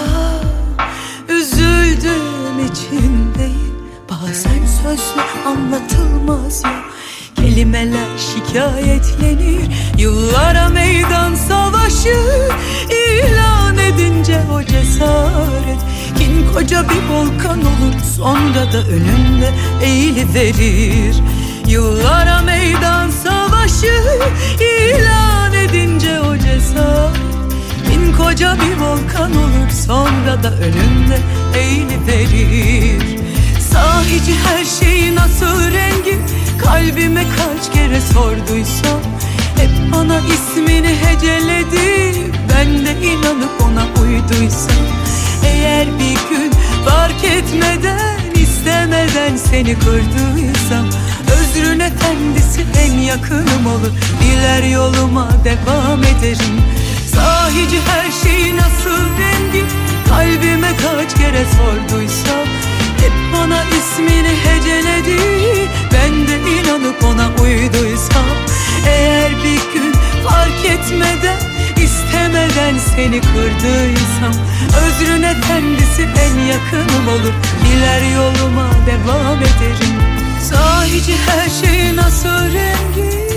K: üzüldüğüm için değil, bazen sözle anlatılmaz ya, kelimeler şikayetlenir. Yıllara meydan savaşı ilan edince o cesaret kin koca bir volkan olur, sonra da önünde eğiliverir. Yıllara meydan savaşı ilan edince o cesaret kin koca bir volkan olur, sonra da önünde eğiliverir. Sahici her şeyin asıl rengi kalbime kaç kere sorduysam, hep bana ismini heceledi, ben de inanıp ona uyduysam. Eğer bir gün fark etmeden, istemeden seni kırdıysam, özrün efendisi en yakınım olur, diler yoluma devam ederim. Sahici her şeyin asıl rengi kalbime kaç kere sorduysam, hep bana ismini heceledi, ben de inanıp ona uyduysam. Eğer bir gün fark etmeden, istemeden seni kırdıysam, özrün efendisi en yakınım olur, diler yoluma devam ederim. Sahici her şeyin asıl rengi